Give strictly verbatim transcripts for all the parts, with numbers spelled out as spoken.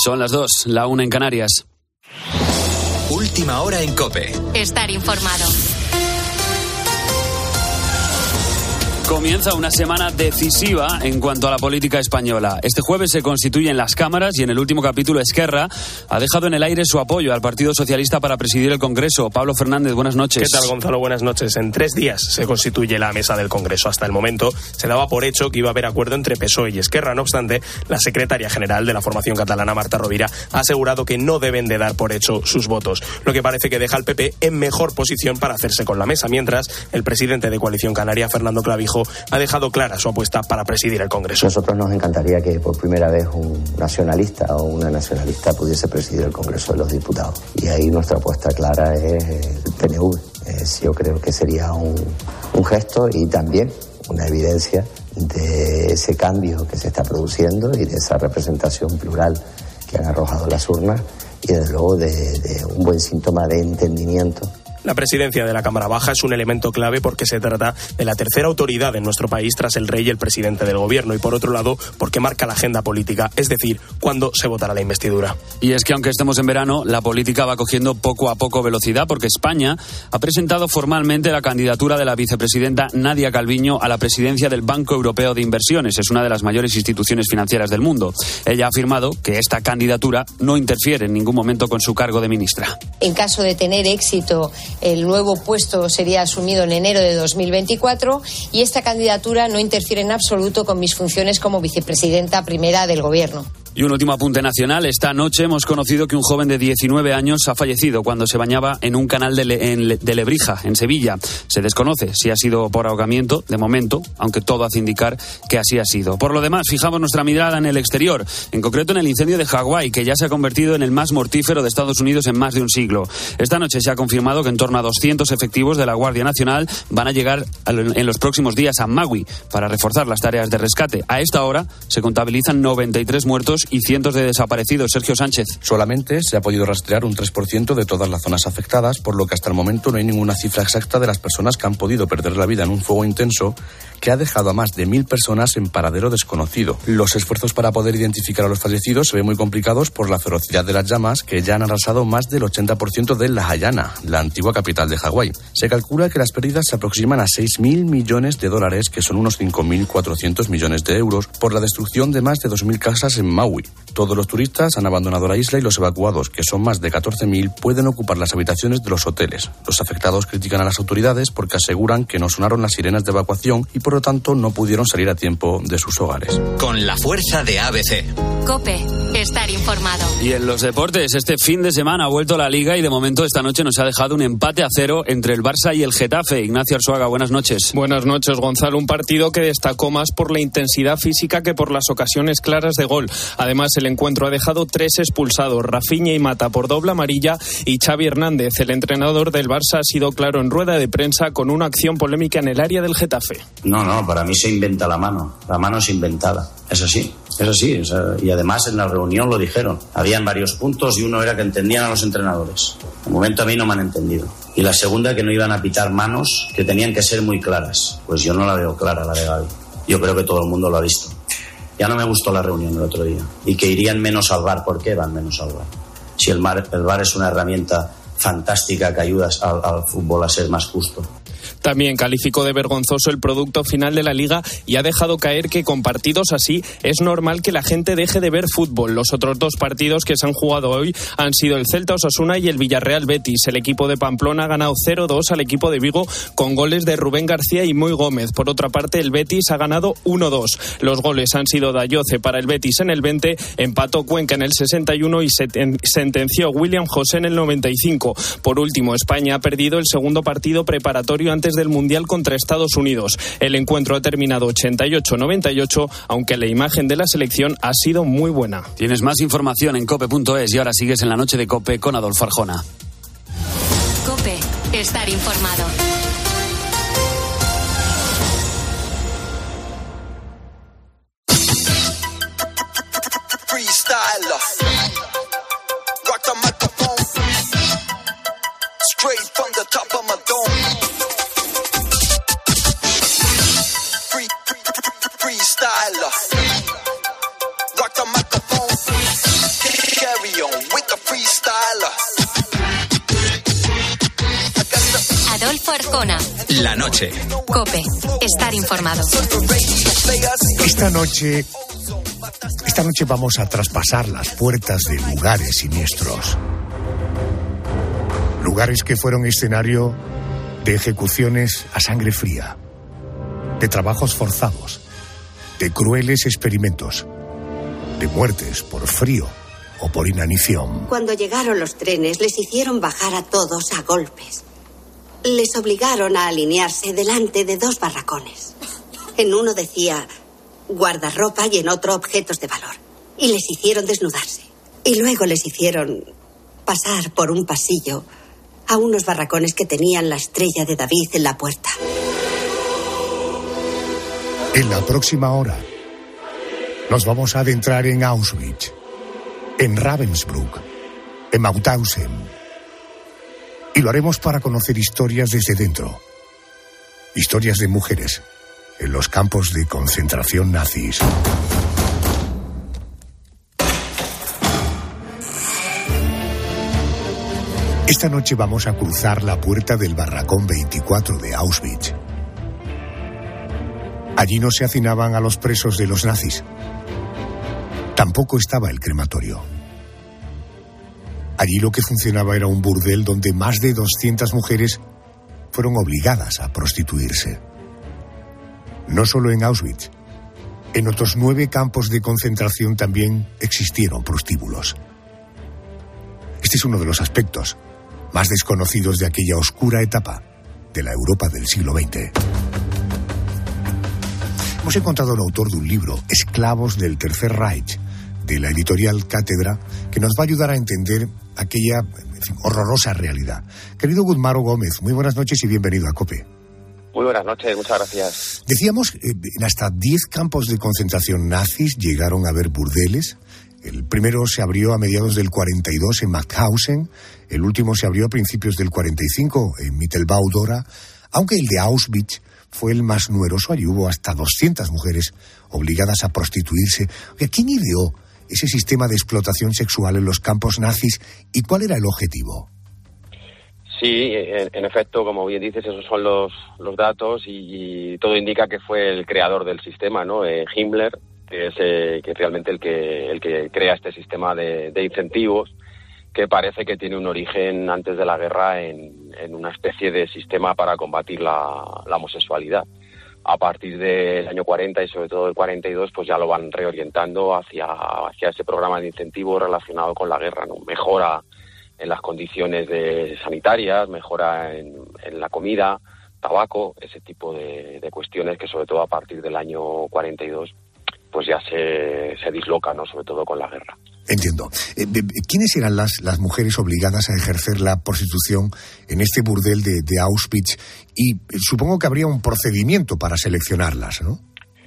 Son las dos, la una en Canarias. Última hora en COPE. Estar informado. Comienza una semana decisiva en cuanto a la política española. Este jueves se constituyen las cámaras y en el último capítulo Esquerra ha dejado en el aire su apoyo al Partido Socialista para presidir el Congreso. Pablo Fernández, buenas noches. ¿Qué tal, Gonzalo? Buenas noches. En tres días se constituye la mesa del Congreso. Hasta el momento se daba por hecho que iba a haber acuerdo entre P S O E y Esquerra. No obstante, la secretaria general de la formación catalana, Marta Rovira, ha asegurado que no deben de dar por hecho sus votos, lo que parece que deja al P P en mejor posición para hacerse con la mesa, mientras el presidente de Coalición Canaria, Fernando Clavijo, ha dejado clara su apuesta para presidir el Congreso. Nosotros nos encantaría que por primera vez un nacionalista o una nacionalista pudiese presidir el Congreso de los Diputados. Y ahí nuestra apuesta clara es el P N V. Es, yo creo que sería un, un gesto y también una evidencia de ese cambio que se está produciendo y de esa representación plural que han arrojado las urnas y desde luego de, de un buen síntoma de entendimiento. La presidencia de la Cámara Baja es un elemento clave porque se trata de la tercera autoridad en nuestro país tras el rey y el presidente del gobierno, y por otro lado porque marca la agenda política, es decir, cuándo se votará la investidura. Y es que aunque estemos en verano, la política va cogiendo poco a poco velocidad porque España ha presentado formalmente la candidatura de la vicepresidenta Nadia Calviño a la presidencia del Banco Europeo de Inversiones. Es una de las mayores instituciones financieras del mundo. Ella ha afirmado que esta candidatura no interfiere en ningún momento con su cargo de ministra. En caso de tener éxito, el nuevo puesto sería asumido en enero de dos mil veinticuatro y esta candidatura no interfiere en absoluto con mis funciones como vicepresidenta primera del Gobierno. Y un último apunte nacional. Esta noche hemos conocido que un joven de diecinueve años ha fallecido cuando se bañaba en un canal de, Le- en Le- de Lebrija, en Sevilla. Se desconoce si ha sido por ahogamiento, de momento, aunque todo hace indicar que así ha sido. Por lo demás, fijamos nuestra mirada en el exterior, en concreto en el incendio de Hawái, que ya se ha convertido en el más mortífero de Estados Unidos en más de un siglo. Esta noche se ha confirmado que en torno a doscientos efectivos de la Guardia Nacional van a llegar en los próximos días a Maui para reforzar las tareas de rescate. A esta hora se contabilizan noventa y tres muertos y cientos de desaparecidos. Sergio Sánchez. Solamente se ha podido rastrear un tres por ciento de todas las zonas afectadas, por lo que hasta el momento no hay ninguna cifra exacta de las personas que han podido perder la vida en un fuego intenso que ha dejado a más de mil personas en paradero desconocido. Los esfuerzos para poder identificar a los fallecidos se ven muy complicados por la ferocidad de las llamas, que ya han arrasado más del ochenta por ciento de La Hawaiana, la antigua capital de Hawái. Se calcula que las pérdidas se aproximan a seis mil millones de dólares, que son unos cinco mil cuatrocientos millones de euros, por la destrucción de más de dos mil casas en Maui. Todos los turistas han abandonado la isla y los evacuados, que son más de catorce mil, pueden ocupar las habitaciones de los hoteles. Los afectados critican a las autoridades porque aseguran que no sonaron las sirenas de evacuación y por lo tanto no pudieron salir a tiempo de sus hogares. Con la fuerza de A B C. COPE, estar informado. Y en los deportes, este fin de semana ha vuelto la Liga y de momento esta noche nos ha dejado un empate a cero entre el Barça y el Getafe. Ignacio Arzuaga, buenas noches. Buenas noches, Gonzalo. Un partido que destacó más por la intensidad física que por las ocasiones claras de gol. Además, el encuentro ha dejado tres expulsados, Rafinha y Mata por doble amarilla y Xavi Hernández, el entrenador del Barça, ha sido claro en rueda de prensa con una acción polémica en el área del Getafe. No, no, para mí se inventa la mano. La mano es inventada. Es así, es así. O sea, y además en la reunión lo dijeron. Habían varios puntos y uno era que entendían a los entrenadores. De momento a mí no me han entendido. Y la segunda, que no iban a pitar manos, que tenían que ser muy claras. Pues yo no la veo clara, la de Gavi. Yo creo que todo el mundo lo ha visto. Ya no me gustó la reunión del otro día. Y que irían menos al V A R. ¿Por qué van menos al V A R? Si el V A R, el V A R es una herramienta fantástica que ayuda al, al fútbol a ser más justo. También calificó de vergonzoso el producto final de la Liga y ha dejado caer que con partidos así es normal que la gente deje de ver fútbol. Los otros dos partidos que se han jugado hoy han sido el Celta Osasuna y el Villarreal Betis. El equipo de Pamplona ha ganado cero dos al equipo de Vigo con goles de Rubén García y Muy Gómez. Por otra parte, el Betis ha ganado uno dos. Los goles han sido de Ayoce para el Betis en el veinte, empató Cuenca en el sesenta y uno y sentenció William José en el noventa y cinco. Por último, España ha perdido el segundo partido preparatorio antes del Mundial contra Estados Unidos. El encuentro ha terminado ochenta y ocho noventa y ocho, aunque la imagen de la selección ha sido muy buena. Tienes más información en cope punto es y ahora sigues en la noche de COPE con Adolfo Arjona. COPE, estar informado. Zona. La noche. COPE. Estar informado. Esta noche, esta noche vamos a traspasar las puertas de lugares siniestros. Lugares que fueron escenario de ejecuciones a sangre fría, de trabajos forzados, de crueles experimentos, de muertes por frío o por inanición. Cuando llegaron los trenes, les hicieron bajar a todos a golpes. Les obligaron a alinearse delante de dos barracones. En uno decía guardarropa y en otro objetos de valor. Y les hicieron desnudarse. Y luego les hicieron pasar por un pasillo a unos barracones que tenían la estrella de David en la puerta. En la próxima hora nos vamos a adentrar en Auschwitz, en Ravensbrück, en Mauthausen. Y lo haremos para conocer historias desde dentro. Historias de mujeres en los campos de concentración nazis. Esta noche vamos a cruzar la puerta del barracón veinticuatro de Auschwitz. Allí no se hacinaban a los presos de los nazis. Tampoco estaba el crematorio. Allí lo que funcionaba era un burdel donde más de doscientas mujeres fueron obligadas a prostituirse. No solo en Auschwitz, en otros nueve campos de concentración también existieron prostíbulos. Este es uno de los aspectos más desconocidos de aquella oscura etapa de la Europa del siglo veinte. Hemos encontrado al autor de un libro, Esclavos del Tercer Reich, de la editorial Cátedra, que nos va a ayudar a entender aquella, en fin, horrorosa realidad. Querido Gudmaro Gómez, muy buenas noches y bienvenido a COPE. Muy buenas noches, muchas gracias. Decíamos, eh, en hasta diez campos de concentración nazis llegaron a haber burdeles. El primero se abrió a mediados del cuarenta y dos en Mauthausen, el último se abrió a principios del cuarenta y cinco en Mittelbau-Dora, aunque el de Auschwitz fue el más numeroso. Allí hubo hasta doscientas mujeres obligadas a prostituirse. ¿Quién ideó ese sistema de explotación sexual en los campos nazis y cuál era el objetivo? Sí, en, en efecto, como bien dices, esos son los, los datos y, y todo indica que fue el creador del sistema, ¿no? Eh, Himmler, que es eh, que realmente el que el que crea este sistema de, de incentivos, que parece que tiene un origen antes de la guerra en, en una especie de sistema para combatir la, la homosexualidad. A partir del año cuarenta y sobre todo el cuarenta y dos, pues ya lo van reorientando hacia, hacia ese programa de incentivos relacionado con la guerra, ¿no? Mejora en las condiciones de sanitarias, mejora en, en la comida, tabaco, ese tipo de, de cuestiones que sobre todo a partir del año cuarenta y dos pues ya se, se dislocan, ¿no? Sobre todo con la guerra. Entiendo. Eh, ¿Quiénes eran las, las mujeres obligadas a ejercer la prostitución en este burdel de, de Auschwitz? Y supongo que habría un procedimiento para seleccionarlas, ¿no?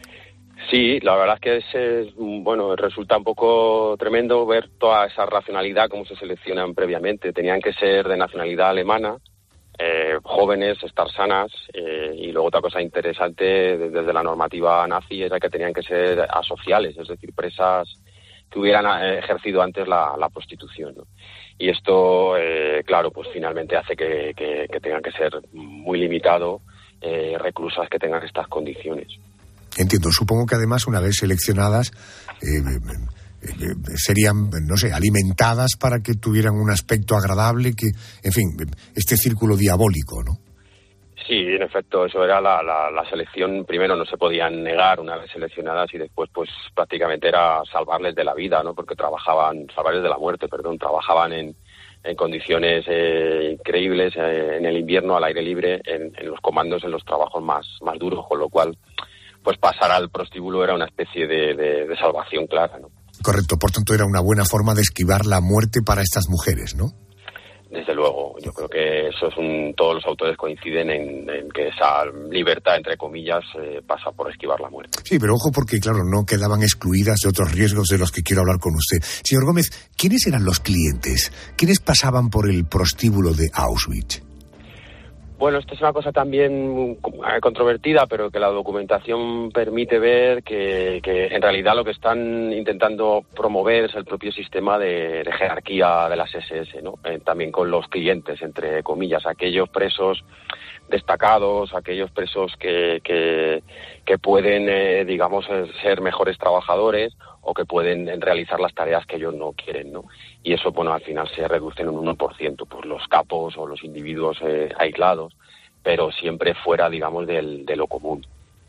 Sí, la verdad es que es, es, bueno, resulta un poco tremendo ver toda esa racionalidad, cómo se seleccionan previamente. Tenían que ser de nacionalidad alemana, eh, jóvenes, estar sanas, eh, y luego otra cosa interesante desde la normativa nazi era que tenían que ser asociales, es decir, presas que hubieran ejercido antes la, la prostitución, ¿no? Y esto, eh, claro, pues finalmente hace que, que, que tengan que ser muy limitado, eh, reclusas que tengan estas condiciones. Entiendo. Supongo que además, una vez seleccionadas, eh, eh, serían, no sé, alimentadas para que tuvieran un aspecto agradable, que, en fin, este círculo diabólico, ¿no? Sí, en efecto, eso era la, la, la selección. Primero no se podían negar una vez seleccionadas y después pues prácticamente era salvarles de la vida, ¿no? Porque trabajaban, salvarles de la muerte, perdón, trabajaban en, en condiciones eh, increíbles, eh, en el invierno al aire libre, en, en los comandos, en los trabajos más, más duros, con lo cual pues pasar al prostíbulo era una especie de, de, de salvación clara, ¿no? Correcto, por tanto era una buena forma de esquivar la muerte para estas mujeres, ¿no? Desde luego, yo creo que eso es un, todos los autores coinciden en, en que esa libertad, entre comillas, eh, pasa por esquivar la muerte. Sí, pero ojo porque, claro, no quedaban excluidas de otros riesgos de los que quiero hablar con usted. Señor Gómez, ¿quiénes eran los clientes? ¿Quiénes pasaban por el prostíbulo de Auschwitz? Bueno, esto es una cosa también controvertida, pero que la documentación permite ver que, que en realidad lo que están intentando promover es el propio sistema de, de jerarquía de las ese ese, ¿no? Eh, también con los clientes, entre comillas, aquellos presos destacados, aquellos presos que, que, que pueden, eh, digamos, ser mejores trabajadores o que pueden realizar las tareas que ellos no quieren, ¿no? Y eso, bueno, al final se reduce en un uno por ciento, pues los capos o los individuos eh, aislados, pero siempre fuera, digamos, del, de lo común.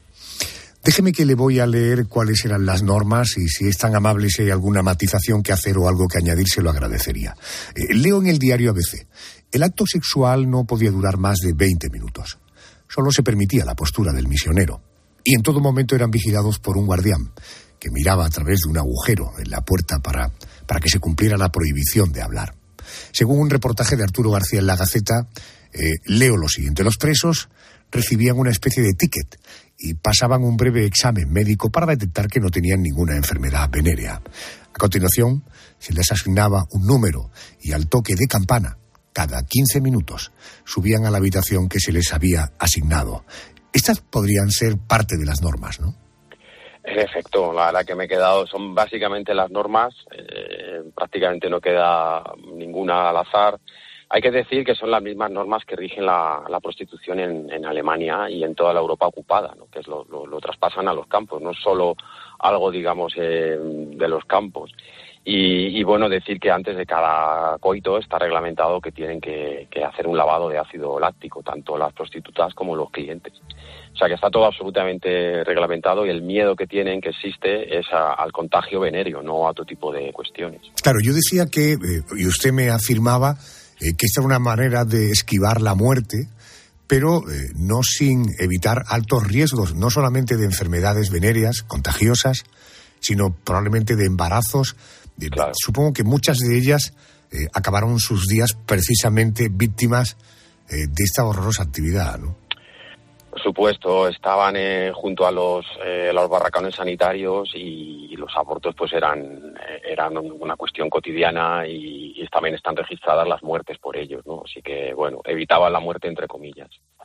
Déjeme que le voy a leer cuáles eran las normas y si es tan amable, si hay alguna matización que hacer o algo que añadir, se lo agradecería. Eh, leo en el diario A B C. El acto sexual no podía durar más de veinte minutos. Solo se permitía la postura del misionero. Y en todo momento eran vigilados por un guardián que miraba a través de un agujero en la puerta para, para que se cumpliera la prohibición de hablar. Según un reportaje de Arturo García en La Gaceta, eh, leo lo siguiente. Los presos recibían una especie de ticket y pasaban un breve examen médico para detectar que no tenían ninguna enfermedad venérea. A continuación, se les asignaba un número y al toque de campana, cada quince minutos, subían a la habitación que se les había asignado. Estas podrían ser parte de las normas, ¿no? En efecto, la, la que me he quedado son básicamente las normas, eh, prácticamente no queda ninguna al azar. Hay que decir que son las mismas normas que rigen la, la prostitución en, en Alemania y en toda la Europa ocupada, ¿no? Que es lo, lo, lo traspasan a los campos, no es solo algo, digamos, eh, de los campos. Y, y bueno, decir que antes de cada coito está reglamentado que tienen que, que hacer un lavado de ácido láctico, tanto las prostitutas como los clientes. O sea que está todo absolutamente reglamentado y el miedo que tienen, que existe, es a, al contagio venéreo, no a otro tipo de cuestiones. Claro, yo decía que, eh, y usted me afirmaba, eh, que esta era una manera de esquivar la muerte, pero eh, no sin evitar altos riesgos, no solamente de enfermedades venéreas contagiosas, sino probablemente de embarazos. De, claro. Supongo que muchas de ellas eh, acabaron sus días precisamente víctimas eh, de esta horrorosa actividad, ¿no? Por supuesto, estaban eh, junto a los, eh, los barracones sanitarios y, y los abortos pues eran, eh, eran una cuestión cotidiana y, y también están registradas las muertes por ellos, ¿no? Así que, bueno, evitaban la muerte entre comillas.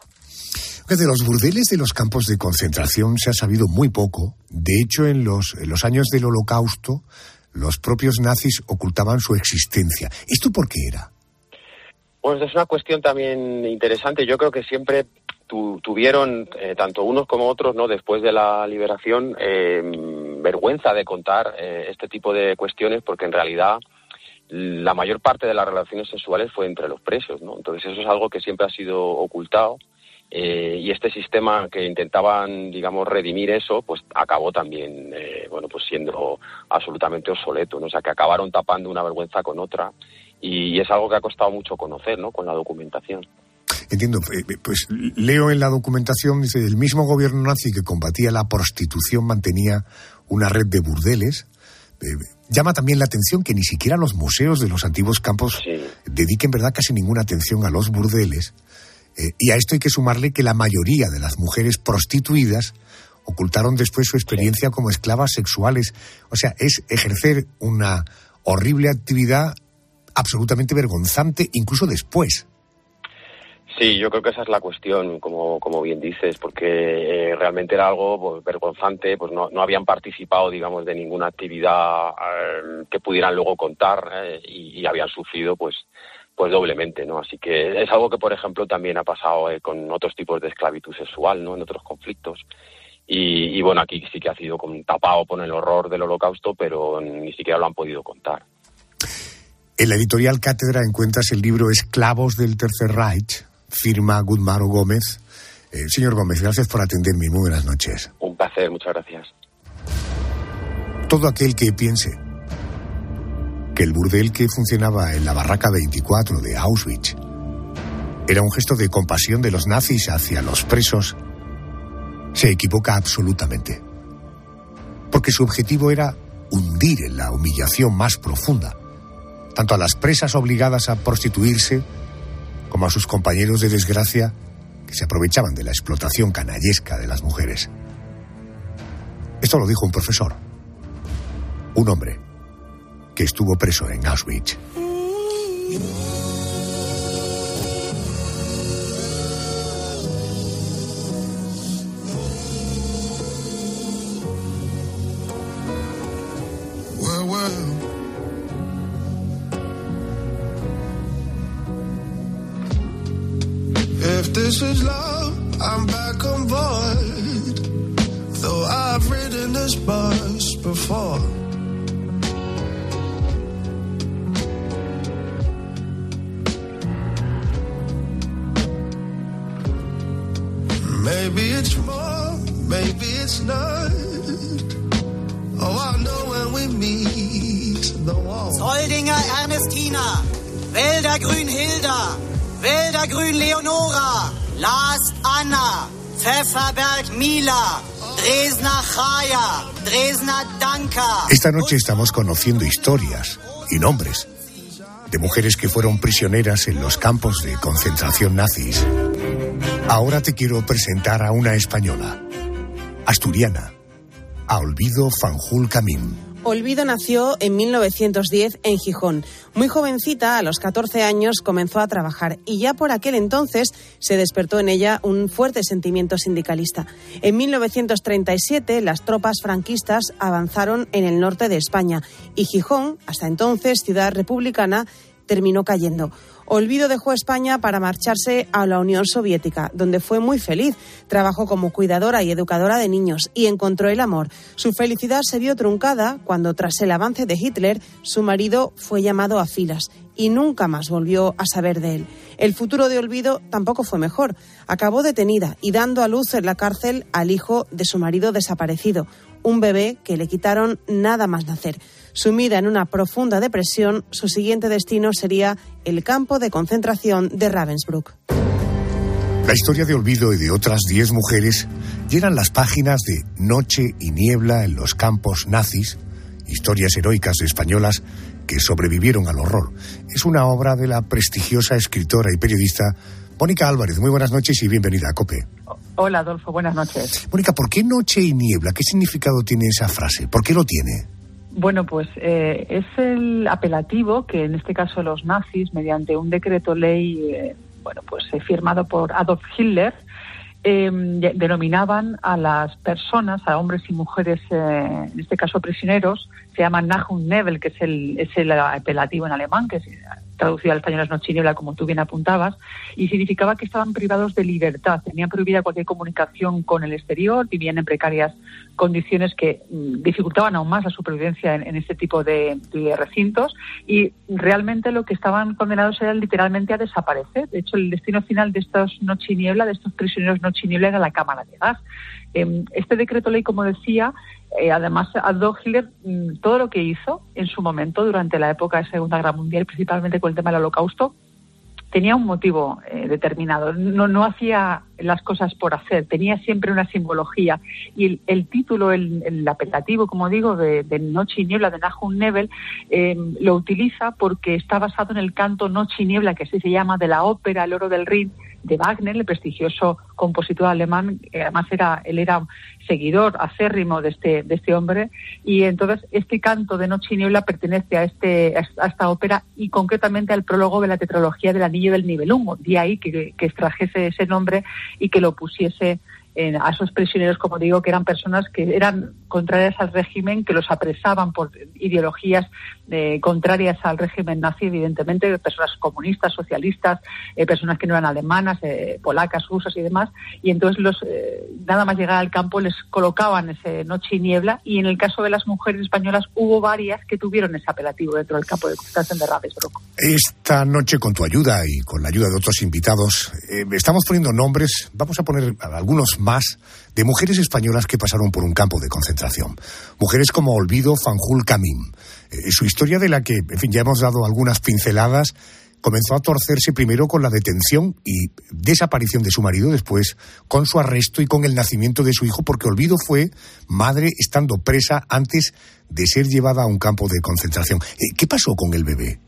De los burdeles de los campos de concentración se ha sabido muy poco. De hecho, en los, en los años del Holocausto, los propios nazis ocultaban su existencia. ¿Esto por qué era? Pues es una cuestión también interesante. Yo creo que siempre tu, tuvieron, eh, tanto unos como otros, ¿no? Después de la liberación, eh, vergüenza de contar eh, este tipo de cuestiones, porque en realidad la mayor parte de las relaciones sexuales fue entre los presos, ¿no? Entonces eso es algo que siempre ha sido ocultado. Eh, y este sistema que intentaban, digamos, redimir eso, pues acabó también, eh, bueno, pues siendo absolutamente obsoleto, ¿no? O sea, que acabaron tapando una vergüenza con otra y, y es algo que ha costado mucho conocer, ¿no? Con la documentación. Entiendo, pues leo en la documentación, dice, el mismo gobierno nazi que combatía la prostitución mantenía una red de burdeles. Eh, llama también la atención que ni siquiera los museos de los antiguos campos sí. dediquen, ¿verdad?, casi ninguna atención a los burdeles. Eh, y a esto hay que sumarle que la mayoría de las mujeres prostituidas ocultaron después su experiencia como esclavas sexuales. O sea, es ejercer una horrible actividad absolutamente vergonzante, incluso después. Sí, yo creo que esa es la cuestión, como, como bien dices, porque eh, realmente era algo pues, vergonzante, pues no, no habían participado, digamos, de ninguna actividad eh, que pudieran luego contar eh, y, y habían sufrido, pues, pues doblemente, ¿no? Así que es algo que, por ejemplo, también ha pasado eh, con otros tipos de esclavitud sexual, ¿no? En otros conflictos. Y, y bueno, aquí sí que ha sido como tapado por el horror del Holocausto, pero ni siquiera lo han podido contar. En la editorial Cátedra encuentras el libro Esclavos del Tercer Reich, firma Gudmaro Gómez. Eh, señor Gómez, gracias por atenderme. Muy buenas noches. Un placer, muchas gracias. Todo aquel que piense que el burdel que funcionaba en la barraca veinticuatro de Auschwitz era un gesto de compasión de los nazis hacia los presos, se equivoca absolutamente. Porque su objetivo era hundir en la humillación más profunda tanto a las presas obligadas a prostituirse como a sus compañeros de desgracia que se aprovechaban de la explotación canallesca de las mujeres. Esto lo dijo un profesor, un hombre que estuvo preso en Auschwitz. world. If this is love, I'm back on board. Though I've ridden this bus before. Maybe it's more, maybe it's not. Oh, I know when we meet the wall. Zoldinger Ernestina, Wäldergrün Hilda, Wäldergrün Leonora, Lars Anna, Pfefferberg Mila, Dresdner Chaya, Dresdner Danka. Esta noche estamos conociendo historias y nombres de mujeres que fueron prisioneras en los campos de concentración nazis. Ahora te quiero presentar a una española, asturiana, a Olvido Fanjul Camín. Olvido nació en mil novecientos diez en Gijón. Muy jovencita, a los catorce años, comenzó a trabajar y ya por aquel entonces se despertó en ella un fuerte sentimiento sindicalista. En mil novecientos treinta y siete, las tropas franquistas avanzaron en el norte de España y Gijón, hasta entonces ciudad republicana, terminó cayendo. Olvido dejó España para marcharse a la Unión Soviética, donde fue muy feliz. Trabajó como cuidadora y educadora de niños y encontró el amor. Su felicidad se vio truncada cuando, tras el avance de Hitler, su marido fue llamado a filas y nunca más volvió a saber de él. El futuro de Olvido tampoco fue mejor. Acabó detenida y dando a luz en la cárcel al hijo de su marido desaparecido, un bebé que le quitaron nada más nacer. Sumida en una profunda depresión, su siguiente destino sería el campo de concentración de Ravensbrück. La historia de Olvido y de otras diez mujeres llenan las páginas de Noche y niebla en los campos nazis, historias heroicas españolas que sobrevivieron al horror. Es una obra de la prestigiosa escritora y periodista Mónica Álvarez. Muy buenas noches y bienvenida a COPE. Hola, Adolfo, buenas noches. Mónica, ¿por qué Noche y niebla? ¿Qué significado tiene esa frase? ¿Por qué lo tiene? Bueno, pues eh, es el apelativo que en este caso los nazis, mediante un decreto ley, eh, bueno, pues eh, firmado por Adolf Hitler, eh, denominaban a las personas, a hombres y mujeres, eh, en este caso prisioneros, se llaman Nachtknebel, que es el, es el apelativo en alemán, que es traducido al español es noche y niebla, como tú bien apuntabas, y significaba que estaban privados de libertad, tenían prohibida cualquier comunicación con el exterior, vivían en precarias condiciones que mm, dificultaban aún más la supervivencia en, en este tipo de, de recintos, y realmente lo que estaban condenados era literalmente a desaparecer. De hecho, el destino final de estos noche y niebla, de estos prisioneros noche y niebla, era la cámara de gas. Eh, este decreto ley, como decía, Eh, además, Adolf Hitler, mmm, todo lo que hizo en su momento durante la época de Segunda Guerra Mundial, principalmente con el tema del Holocausto, tenía un motivo eh, determinado. No, no hacía las cosas por hacer, tenía siempre una simbología. Y el, el título, el, el apelativo, como digo, de, de Noche y niebla, de Nachtknebel, eh, lo utiliza porque está basado en el canto Noche y niebla, que así se llama, de la ópera El oro del Rin, de Wagner, el prestigioso compositor alemán. Además era él era seguidor acérrimo de este de este hombre, y entonces este canto de Noche y niebla pertenece a este a esta ópera y concretamente al prólogo de la tetralogía del Anillo del Nibelungo. De ahí que, que extrajese ese nombre y que lo pusiese en, a esos prisioneros, como digo, que eran personas que eran contrarias al régimen, que los apresaban por ideologías eh, contrarias al régimen nazi, evidentemente, personas comunistas, socialistas, eh, personas que no eran alemanas, eh, polacas, rusas y demás, y entonces los eh, nada más llegar al campo les colocaban ese Noche y niebla, y en el caso de las mujeres españolas hubo varias que tuvieron ese apelativo dentro del campo de concentración de Ravensbrück. Esta noche, con tu ayuda y con la ayuda de otros invitados, eh, estamos poniendo nombres, vamos a poner algunos más, de mujeres españolas que pasaron por un campo de concentración. Mujeres como Olvido Fanjul Camín. Eh, su historia, de la que, en fin, ya hemos dado algunas pinceladas, comenzó a torcerse primero con la detención y desaparición de su marido, después con su arresto y con el nacimiento de su hijo, porque Olvido fue madre estando presa antes de ser llevada a un campo de concentración. Eh, ¿Qué pasó con el bebé?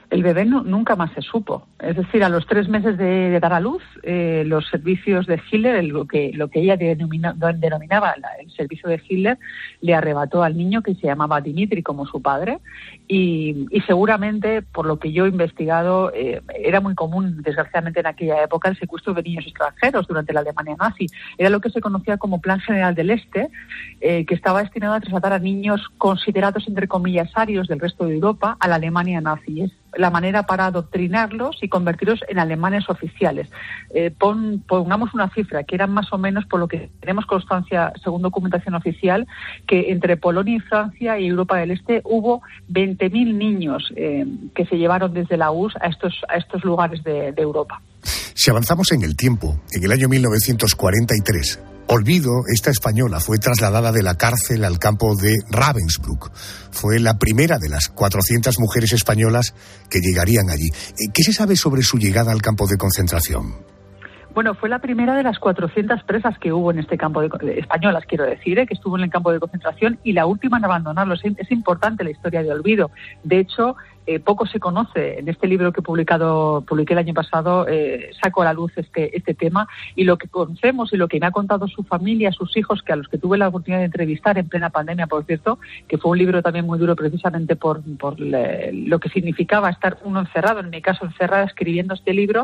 El bebé no, nunca más se supo. Es decir, a los tres meses de, de dar a luz, eh, los servicios de Hitler, el, lo, que, lo que ella denomina, denominaba la, el servicio de Hitler, le arrebató al niño, que se llamaba Dimitri, como su padre, y, y seguramente, por lo que yo he investigado, eh, era muy común, desgraciadamente en aquella época, el secuestro de niños extranjeros durante la Alemania nazi. Era lo que se conocía como Plan General del Este, eh, que estaba destinado a trasladar a niños considerados, entre comillas, arios del resto de Europa a la Alemania nazi. Es la manera para adoctrinarlos y convertirlos en alemanes oficiales. Eh, pon, pongamos una cifra, que eran más o menos, por lo que tenemos constancia, según documentación oficial, que entre Polonia y Francia y Europa del Este hubo veinte mil niños eh, que se llevaron desde la U R S S a estos, a estos lugares de, de Europa. Si avanzamos en el tiempo, en el año mil novecientos cuarenta y tres, Olvido, esta española, fue trasladada de la cárcel al campo de Ravensbrück. Fue la primera de las cuatrocientas mujeres españolas que llegarían allí. ¿Qué se sabe sobre su llegada al campo de concentración? Bueno, fue la primera de las cuatrocientas presas que hubo en este campo de, españolas, quiero decir, ¿eh? que estuvo en el campo de concentración, y la última en abandonarlo. Es, es importante la historia de Olvido. De hecho, eh, poco se conoce. En este libro que he publicado, publiqué el año pasado, eh, saco a la luz este, este tema, y lo que conocemos y lo que me ha contado su familia, sus hijos, que a los que tuve la oportunidad de entrevistar en plena pandemia, por cierto, que fue un libro también muy duro precisamente por, por le, lo que significaba estar uno encerrado, en mi caso encerrada, escribiendo este libro,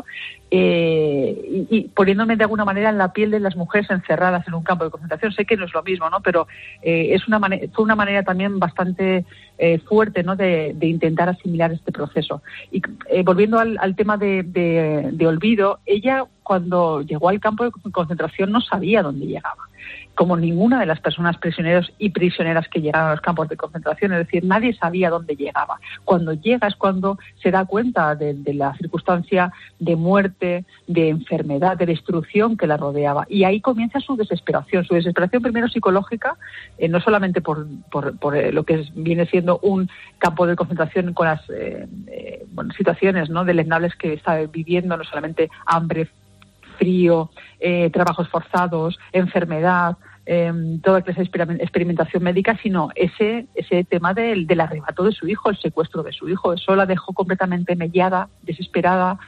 eh, y, y poniéndome de alguna manera en la piel de las mujeres encerradas en un campo de concentración. Sé que no es lo mismo, ¿no? Pero eh, es una manera, fue una manera también bastante eh, fuerte, ¿no? De, de intentar asimilar este proceso. Y eh, volviendo al, al tema de, de, de Olvido, ella cuando llegó al campo de concentración no sabía dónde llegaba, como ninguna de las personas prisioneros y prisioneras que llegaron a los campos de concentración. Es decir, nadie sabía dónde llegaba. Cuando llega es cuando se da cuenta de, de la circunstancia de muerte, de enfermedad, de destrucción que la rodeaba. Y ahí comienza su desesperación. Su desesperación primero psicológica, eh, no solamente por, por, por eh, lo que es, viene siendo un campo de concentración con las eh, eh, bueno, situaciones, ¿no?, deleznables que está viviendo, no solamente hambre, frío, eh, trabajos forzados, enfermedad, eh, toda clase de experimentación médica, sino ese ese tema del, del arrebato de su hijo, el secuestro de su hijo. Eso la dejó completamente mellada, desesperada.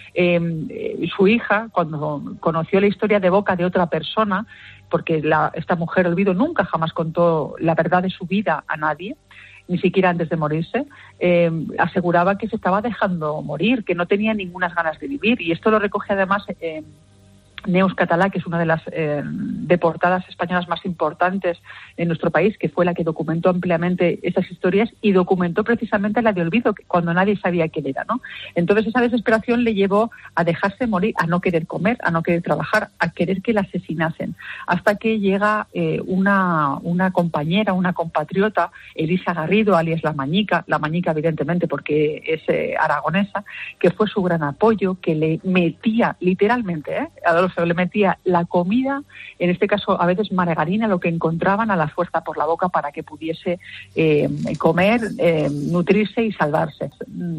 Eh, su hija, cuando conoció la historia de boca de otra persona, porque la, esta mujer, Olvido, nunca jamás contó la verdad de su vida a nadie, ni siquiera antes de morirse, eh, aseguraba que se estaba dejando morir, que no tenía ninguna ganas de vivir. Y esto lo recoge además eh, Neus Català, que es una de las eh, deportadas españolas más importantes en nuestro país, que fue la que documentó ampliamente esas historias y documentó precisamente la de Olvido, cuando nadie sabía quién era, ¿no? Entonces esa desesperación le llevó a dejarse morir, a no querer comer, a no querer trabajar, a querer que la asesinasen, hasta que llega eh, una, una compañera, una compatriota, Elisa Garrido, alias La Mañica, La Mañica evidentemente porque es eh, aragonesa, que fue su gran apoyo, que le metía literalmente, ¿eh? Adolfo, le metía la comida, en este caso a veces margarina, lo que encontraban, a la fuerza por la boca para que pudiese eh, comer, eh, nutrirse y salvarse.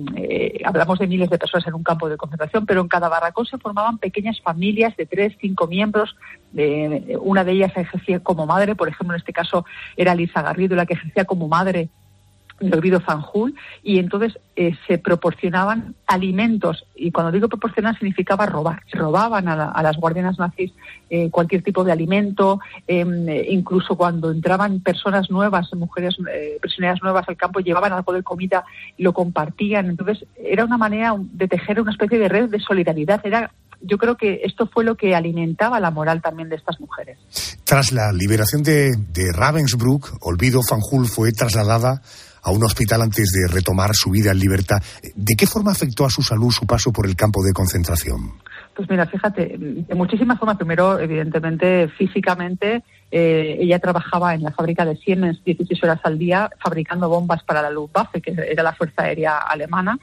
Eh, hablamos de miles de personas en un campo de concentración, pero en cada barracón se formaban pequeñas familias de tres, cinco miembros. Eh, una de ellas ejercía como madre, por ejemplo, en este caso era Lisa Garrido la que ejercía como madre de Olvido Fanjul, y entonces eh, se proporcionaban alimentos, y cuando digo proporcionar significaba robar, robaban a, la, a las guardianas nazis eh, cualquier tipo de alimento, eh, incluso cuando entraban personas nuevas, mujeres eh, prisioneras nuevas al campo, llevaban algo de comida y lo compartían. Entonces era una manera de tejer una especie de red de solidaridad. Era Yo creo que esto fue lo que alimentaba la moral también de estas mujeres. Tras la liberación de, de Ravensbrück, Olvido Fanjul fue trasladada a un hospital antes de retomar su vida en libertad. ¿De qué forma afectó a su salud su paso por el campo de concentración? Pues mira, fíjate, de muchísimas formas. Primero, evidentemente, físicamente, eh, ella trabajaba en la fábrica de Siemens dieciséis horas al día fabricando bombas para la Luftwaffe, que era la Fuerza Aérea Alemana,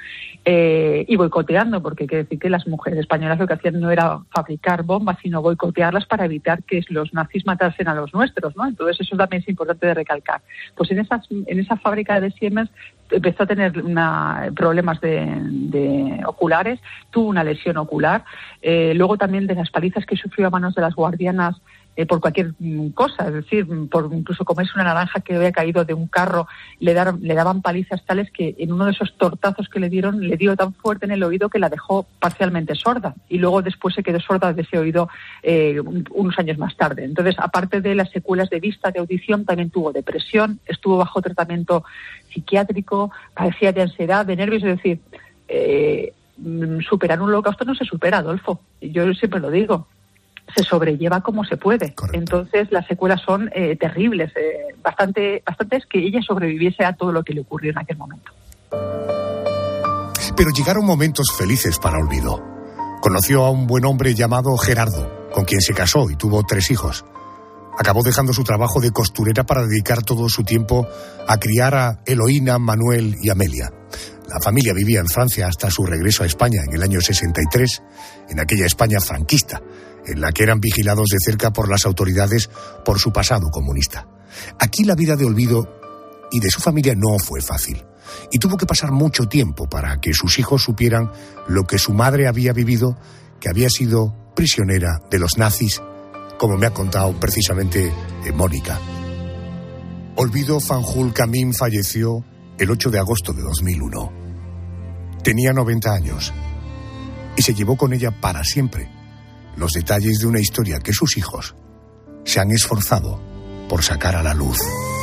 eh, y boicoteando, porque hay que decir que las mujeres españolas lo que hacían no era fabricar bombas, sino boicotearlas para evitar que los nazis matasen a los nuestros, ¿no? Entonces eso también es importante de recalcar. Pues en, esas, en esa fábrica de Siemens empezó a tener una, problemas de, de oculares, tuvo una lesión ocular, eh, luego también de las palizas que sufrió a manos de las guardianas eh, por cualquier cosa, es decir, por incluso comerse una naranja que había caído de un carro, le, dar, le daban palizas tales que en uno de esos tortazos que le dieron, le dio tan fuerte en el oído que la dejó parcialmente sorda, y luego después se quedó sorda de ese oído eh, unos años más tarde. Entonces, aparte de las secuelas de vista, de audición, también tuvo depresión, estuvo bajo tratamiento psiquiátrico, padecía de ansiedad, de nervios, es decir, eh, superar un holocausto no se supera, Adolfo, yo siempre lo digo, se sobrelleva como se puede. Correcto. Entonces las secuelas son eh, terribles, eh, bastante, bastante es que ella sobreviviese a todo lo que le ocurrió en aquel momento. Pero llegaron momentos felices para Olvido. Conoció a un buen hombre llamado Gerardo, con quien se casó y tuvo tres hijos. Acabó dejando su trabajo de costurera para dedicar todo su tiempo a criar a Eloína, Manuel y Amelia. La familia vivía en Francia hasta su regreso a España en el año sesenta y tres, en aquella España franquista, en la que eran vigilados de cerca por las autoridades por su pasado comunista. Aquí la vida de Olvido y de su familia no fue fácil, y tuvo que pasar mucho tiempo para que sus hijos supieran lo que su madre había vivido, que había sido prisionera de los nazis, como me ha contado precisamente eh, Mónica. Olvido Fanjul Camín falleció el ocho de agosto de dos mil uno. Tenía noventa años y se llevó con ella para siempre los detalles de una historia que sus hijos se han esforzado por sacar a la luz.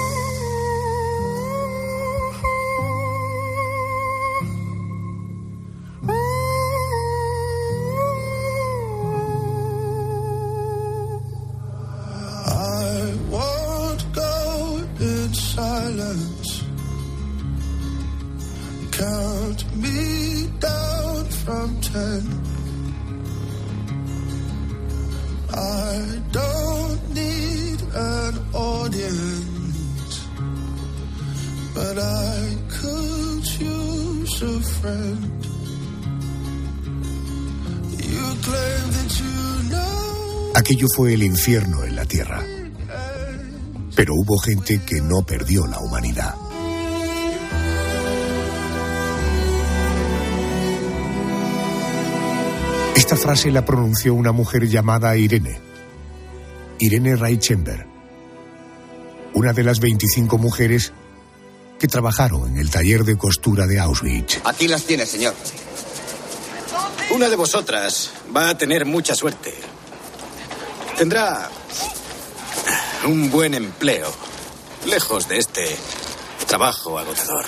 Count me down from ten. I don't need an audience, but I could use a friend. You claim that you know. Aquello fue el infierno en la tierra, pero hubo gente que no perdió la humanidad. Esta frase la pronunció una mujer llamada Irene, Irene Reichember, una de las veinticinco mujeres que trabajaron en el taller de costura de Auschwitz. Aquí las tiene, señor. Una de vosotras va a tener mucha suerte. Tendrá un buen empleo, lejos de este trabajo agotador.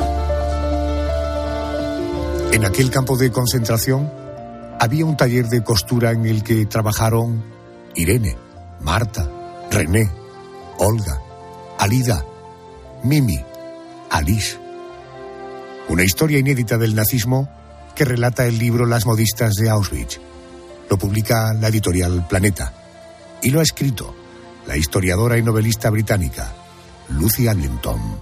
En aquel campo de concentración había un taller de costura en el que trabajaron Irene, Marta, René, Olga, Alida, Mimi, Alice. Una historia inédita del nazismo que relata el libro Las modistas de Auschwitz. Lo publica la editorial Planeta y lo ha escrito la historiadora y novelista británica Lucy Allington.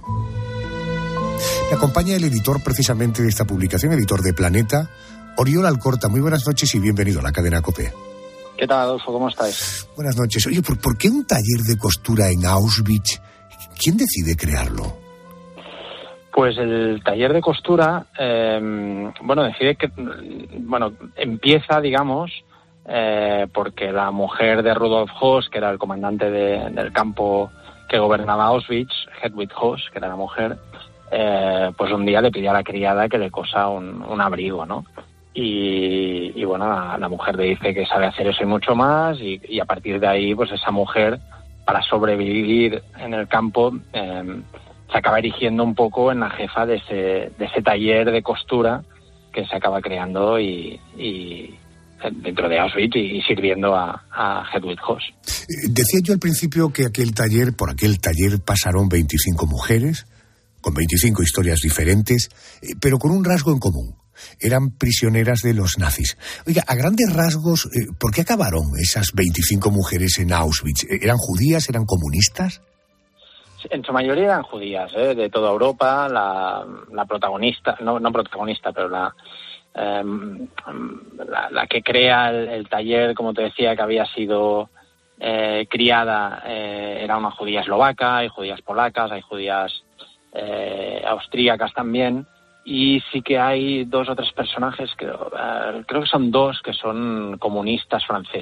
Me acompaña el editor precisamente de esta publicación, editor de Planeta, Oriol Alcorta. Muy buenas noches y bienvenido a la cadena COPE. ¿Qué tal, Adolfo? ¿Cómo estáis? Buenas noches. Oye, ¿por, ¿por qué un taller de costura en Auschwitz? ¿Quién decide crearlo? Pues el taller de costura, eh, bueno, decide que, bueno, empieza, digamos, eh, porque la mujer de Rudolf Höss, que era el comandante de, del campo que gobernaba Auschwitz, Hedwig Höss, que era la mujer, eh, pues un día le pidió a la criada que le cosa un, un abrigo, ¿no? Y, y bueno, la, la mujer le dice que sabe hacer eso y mucho más, y, y a partir de ahí, pues esa mujer, para sobrevivir en el campo, eh, se acaba erigiendo un poco en la jefa de ese, de ese taller de costura que se acaba creando y, y dentro de Auschwitz y, y sirviendo a, a Hedwig Höss. Decía yo al principio que aquel taller, por aquel taller pasaron veinticinco mujeres, con veinticinco historias diferentes, pero con un rasgo en común. Eran prisioneras de los nazis. Oiga, a grandes rasgos, ¿por qué acabaron esas veinticinco mujeres en Auschwitz? ¿Eran judías? ¿Eran comunistas? En su mayoría eran judías, ¿eh? De toda Europa. La, la protagonista, no, no protagonista, pero la, eh, la, la que crea el, el taller, como te decía, que había sido eh, criada, eh, era una judía eslovaca, hay judías polacas, hay judías eh, austríacas también. Y sí que hay dos o tres personajes, creo, uh, creo que son dos que son comunistas francesas. O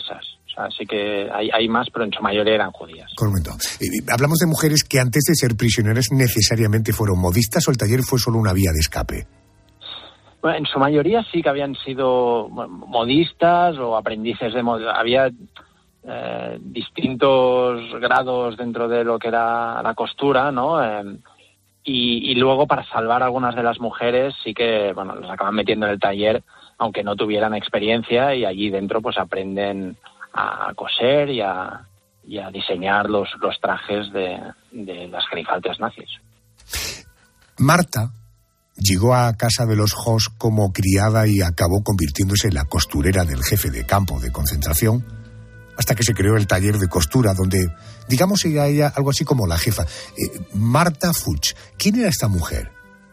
O sea, sí que hay, hay más, pero en su mayoría eran judías. Correcto. Hablamos de mujeres que antes de ser prisioneras necesariamente fueron modistas, o el taller fue solo una vía de escape. Bueno, en su mayoría sí que habían sido modistas o aprendices de moda. Había eh, distintos grados dentro de lo que era la costura, ¿no? Eh, y, y luego, para salvar a algunas de las mujeres, sí que, bueno, los acaban metiendo en el taller, aunque no tuvieran experiencia, y allí dentro pues aprenden a coser y a, y a diseñar los, los trajes de, de las gerifaltes nazis. Marta llegó a casa de los Hoss como criada y acabó convirtiéndose en la costurera del jefe de campo de concentración, hasta que se creó el taller de costura, donde, digamos, ella, ella algo así como la jefa. Eh, Marta Fuchs, ¿quién era esta mujer?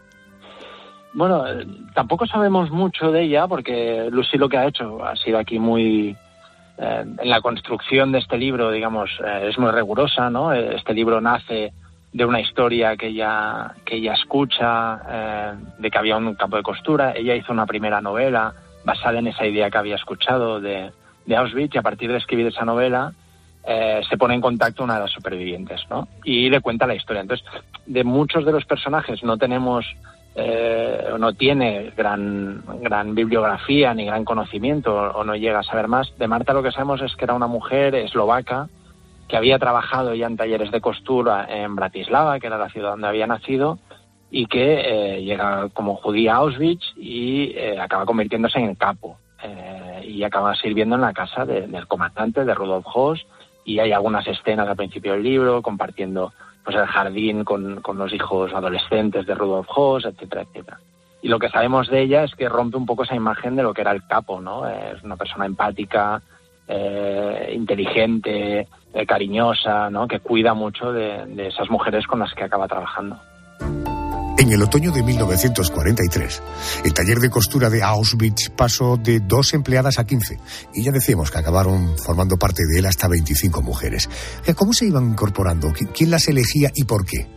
Bueno, eh, tampoco sabemos mucho de ella, porque Lucy lo que ha hecho ha sido aquí muy... Eh, en la construcción de este libro, digamos, eh, es muy rigurosa, ¿no? Este libro nace de una historia que ella, que ella escucha, eh, de que había un campo de costura. Ella hizo una primera novela basada en esa idea que había escuchado de, de Auschwitz, y a partir de escribir esa novela eh, se pone en contacto una de las supervivientes, ¿no? Y le cuenta la historia. Entonces, de muchos de los personajes no tenemos... Eh, no tiene gran gran bibliografía ni gran conocimiento, o no llega a saber más. De Marta lo que sabemos es que era una mujer eslovaca que había trabajado ya en talleres de costura en Bratislava, que era la ciudad donde había nacido, y que eh, llega como judía a Auschwitz y eh, acaba convirtiéndose en capo, eh, y acaba sirviendo en la casa de, del comandante, de Rudolf Höss, y hay algunas escenas al principio del libro compartiendo pues el jardín con, con los hijos adolescentes de Rudolf Höss, etcétera, etcétera. Y lo que sabemos de ella es que rompe un poco esa imagen de lo que era el capo, ¿no? Es una persona empática, eh, inteligente, eh, cariñosa, ¿no? Que cuida mucho de, de esas mujeres con las que acaba trabajando. En el otoño de mil novecientos cuarenta y tres, el taller de costura de Auschwitz pasó de dos empleadas a quince, y ya decíamos que acabaron formando parte de él hasta veinticinco mujeres. ¿Cómo se iban incorporando? ¿Quién las elegía y por qué?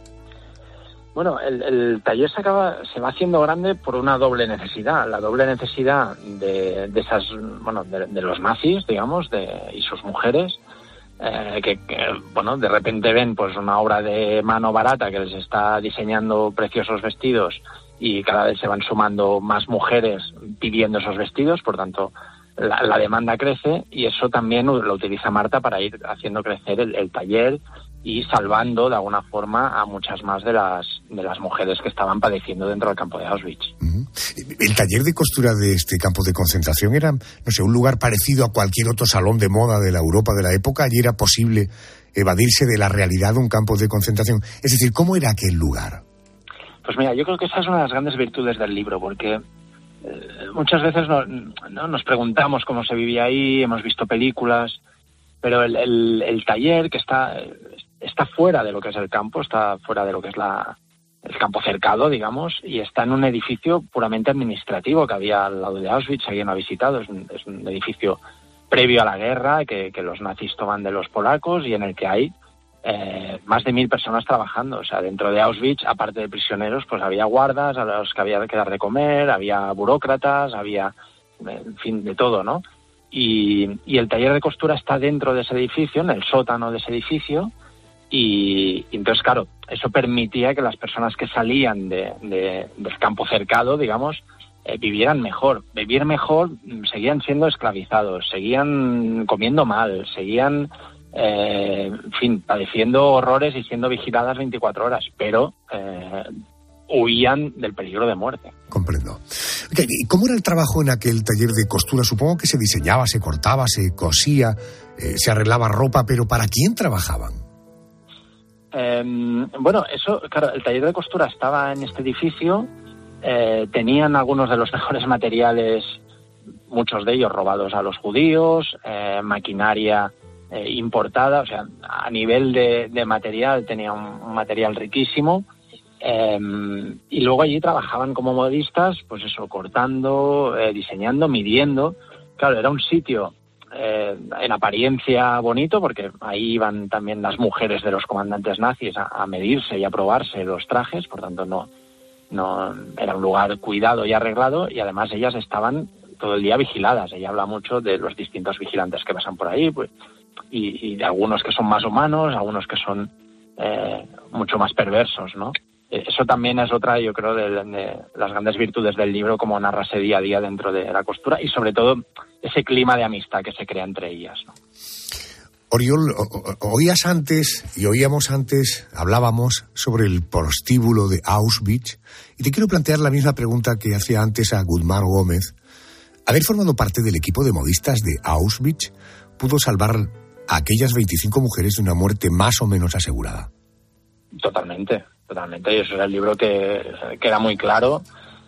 Bueno, el, el taller se acaba, se va haciendo grande por una doble necesidad. La doble necesidad de, de esas, bueno, de, de los nazis, digamos, de, y sus mujeres, Eh, que, que, bueno, de repente ven pues una obra de mano barata que les está diseñando preciosos vestidos, y cada vez se van sumando más mujeres pidiendo esos vestidos, por tanto la, la demanda crece, y eso también lo utiliza Marta para ir haciendo crecer el, el taller y salvando de alguna forma a muchas más de las de las mujeres que estaban padeciendo dentro del campo de Auschwitz. Uh-huh. El taller de costura de este campo de concentración era, no sé, un lugar parecido a cualquier otro salón de moda de la Europa de la época. Allí era posible evadirse de la realidad de un campo de concentración. Es decir, ¿cómo era aquel lugar? Pues mira, yo creo que esa es una de las grandes virtudes del libro, porque eh, muchas veces no, no, nos preguntamos cómo se vivía ahí, hemos visto películas, pero el, el, el taller, que está, está fuera de lo que es el campo, está fuera de lo que es la, el campo cercado, digamos, y está en un edificio puramente administrativo que había al lado de Auschwitz. Alguien lo ha visitado, es un, es un edificio previo a la guerra que, que los nazis toman de los polacos, y en el que hay eh, más de mil personas trabajando. O sea, dentro de Auschwitz, aparte de prisioneros, pues había guardas a los que había que dar de comer, había burócratas, había, en fin, de todo, ¿no? Y, y el taller de costura está dentro de ese edificio, en el sótano de ese edificio, y, y entonces, claro, eso permitía que las personas que salían de, de, del campo cercado, digamos, eh, vivieran mejor. Vivir mejor, seguían siendo esclavizados, seguían comiendo mal, seguían, eh, en fin, padeciendo horrores y siendo vigiladas veinticuatro horas, pero eh, huían del peligro de muerte. Comprendo. ¿Y cómo era el trabajo en aquel taller de costura? Supongo que se diseñaba, se cortaba, se cosía, eh, se arreglaba ropa, pero ¿para quién trabajaban? Eh, bueno, eso, claro, el taller de costura estaba en este edificio, eh, tenían algunos de los mejores materiales, muchos de ellos robados a los judíos, eh, maquinaria eh, importada, o sea, a nivel de, de material tenía un, un material riquísimo, eh, y luego allí trabajaban como modistas, pues eso, cortando, eh, diseñando, midiendo. Claro, era un sitio Eh, en apariencia bonito, porque ahí iban también las mujeres de los comandantes nazis a, a medirse y a probarse los trajes, por tanto no, no era un lugar cuidado y arreglado, y además ellas estaban todo el día vigiladas. Ella habla mucho de los distintos vigilantes que pasan por ahí, pues, y, y de algunos que son más humanos, algunos que son eh, mucho más perversos, ¿no? Eso también es otra, yo creo, de, de las grandes virtudes del libro, como narrase día a día dentro de la costura, y sobre todo ese clima de amistad que se crea entre ellas, ¿no? Oriol, oías antes y oíamos antes, hablábamos sobre el prostíbulo de Auschwitz, y te quiero plantear la misma pregunta que hacía antes a Gudmar Gómez. Haber formado parte del equipo de modistas de Auschwitz pudo salvar a aquellas veinticinco mujeres de una muerte más o menos asegurada. Totalmente, totalmente. Y eso es el libro que queda muy claro.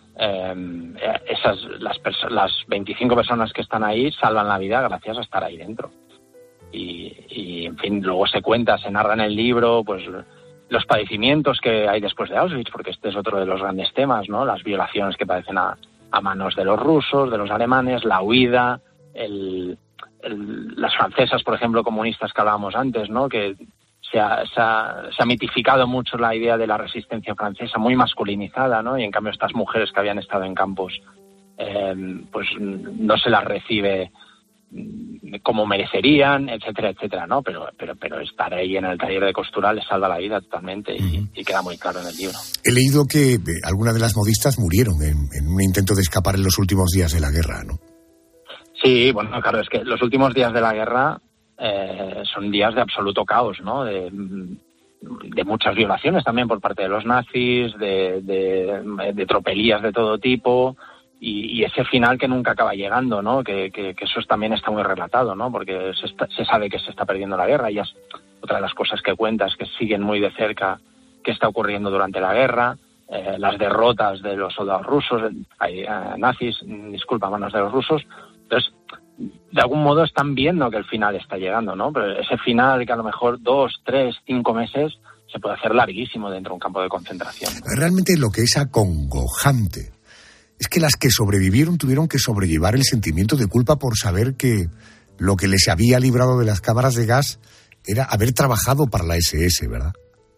Eh, esas las, perso- las veinticinco personas que están ahí salvan la vida gracias a estar ahí dentro. Y, y, en fin, luego se cuenta, se narra en el libro, pues los padecimientos que hay después de Auschwitz, porque este es otro de los grandes temas, ¿no? Las violaciones que padecen a, a manos de los rusos, de los alemanes, la huida, el, el, las francesas, por ejemplo, comunistas que hablábamos antes, ¿no? Que se ha, se, ha, se ha mitificado mucho la idea de la resistencia francesa, muy masculinizada, ¿no? Y en cambio estas mujeres que habían estado en campos, eh, pues no se las recibe como merecerían, etcétera, etcétera, ¿no? Pero, pero, pero estar ahí en el taller de costura les salva la vida totalmente, y, uh-huh. y queda muy claro en el libro. He leído que eh, algunas de las modistas murieron en, en un intento de escapar en los últimos días de la guerra, ¿no? Sí, bueno, claro, es que los últimos días de la guerra eh, son días de absoluto caos, ¿no? De, de muchas violaciones también por parte de los nazis, de, de, de tropelías de todo tipo. Y, y ese final que nunca acaba llegando, ¿no? Que, que, que eso también está muy relatado, ¿no? Porque se, está, se sabe que se está perdiendo la guerra, y es otra de las cosas que cuentas, que siguen muy de cerca qué está ocurriendo durante la guerra, eh, las derrotas de los soldados rusos, eh, nazis, disculpa, manos de los rusos. Entonces, de algún modo están viendo que el final está llegando, ¿no? Pero ese final que a lo mejor dos, tres, cinco meses se puede hacer larguísimo dentro de un campo de concentración, ¿no? Realmente lo que es acongojante es que las que sobrevivieron tuvieron que sobrellevar el sentimiento de culpa por saber que lo que les había librado de las cámaras de gas era haber trabajado para la ese ese, ¿verdad?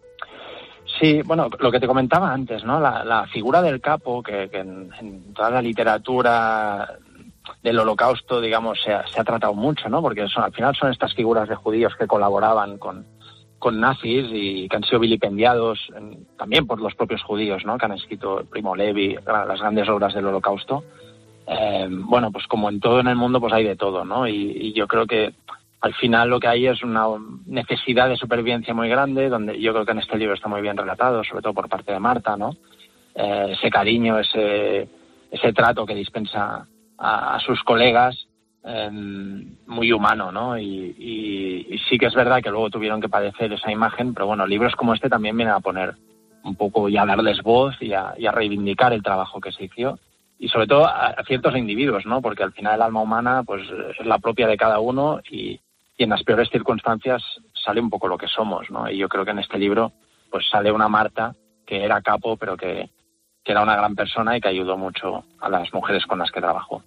Sí, bueno, lo que te comentaba antes, ¿no? La, la figura del capo, que, que en, en toda la literatura del Holocausto, digamos, se ha, se ha tratado mucho, ¿no? Porque son, al final son estas figuras de judíos que colaboraban con, con nazis y que han sido vilipendiados en, también por los propios judíos, ¿no? Que han escrito Primo Levi, las grandes obras del Holocausto. Eh, bueno, pues como en todo en el mundo, pues hay de todo, ¿no? Y, y yo creo que al final lo que hay es una necesidad de supervivencia muy grande, donde yo creo que en este libro está muy bien relatado, sobre todo por parte de Marta, ¿no? Eh, ese cariño, ese, ese trato que dispensa a, a sus colegas, eh, muy humano, ¿no? Y, y, y sí que es verdad que luego tuvieron que padecer esa imagen, pero bueno, libros como este también vienen a poner un poco y a darles voz y a, y a reivindicar el trabajo que se hizo. Y sobre todo a, a ciertos individuos, ¿no? Porque al final el alma humana pues es la propia de cada uno, y, y en las peores circunstancias sale un poco lo que somos, ¿no? Y yo creo que en este libro pues sale una Marta que era capo, pero que, que era una gran persona y que ayudó mucho a las mujeres con las que trabajó.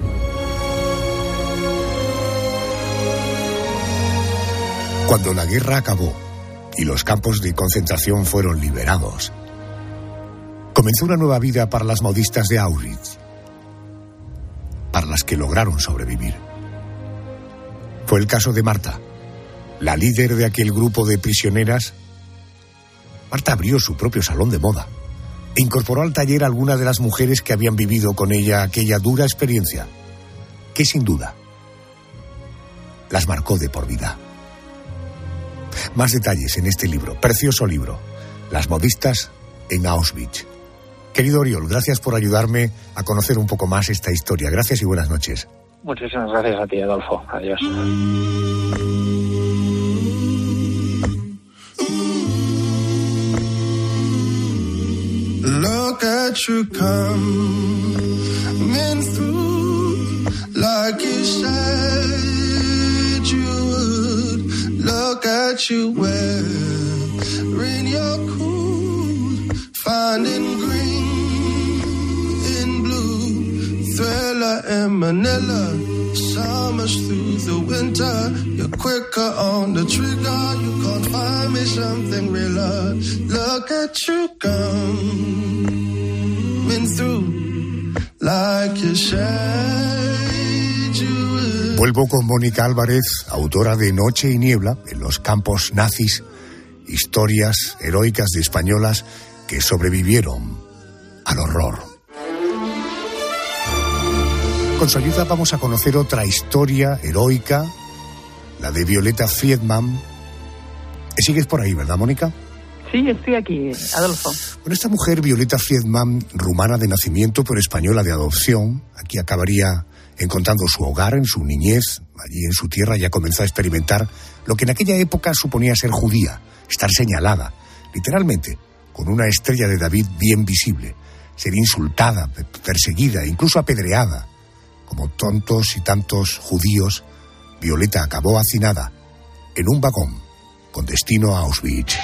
Cuando la guerra acabó y los campos de concentración fueron liberados, comenzó una nueva vida para las modistas de Auschwitz, para las que lograron sobrevivir. Fue el caso de Marta, la líder de aquel grupo de prisioneras. Marta abrió su propio salón de moda e incorporó al taller a algunas de las mujeres que habían vivido con ella aquella dura experiencia, que sin duda las marcó de por vida. Más detalles en este libro, precioso libro, Las modistas en Auschwitz. Querido Oriol, gracias por ayudarme a conocer un poco más esta historia. Gracias y buenas noches. Muchísimas gracias a ti, Adolfo. Adiós. Look at you coming through like you said you would. Look at you wearing your cool, finding green in blue, Thriller in Manila, summers through the winter. You're quicker on the trigger, you can't find me something realer. Look at you coming through like you said. Vuelvo con Mónica Álvarez, autora de Noche y Niebla, en los campos nazis, historias heroicas de españolas que sobrevivieron al horror. Con su ayuda vamos a conocer otra historia heroica, la de Violeta Friedman. ¿Sigues por ahí, verdad, Mónica? Sí, estoy aquí, Adolfo. Bueno, esta mujer, Violeta Friedman, rumana de nacimiento pero española de adopción, aquí acabaría encontrando su hogar en su niñez. Allí en su tierra ya comenzó a experimentar lo que en aquella época suponía ser judía, estar señalada, literalmente, con una estrella de David bien visible, ser insultada, perseguida, incluso apedreada. Como tantos y tantos judíos, Violeta acabó hacinada en un vagón con destino a Auschwitz.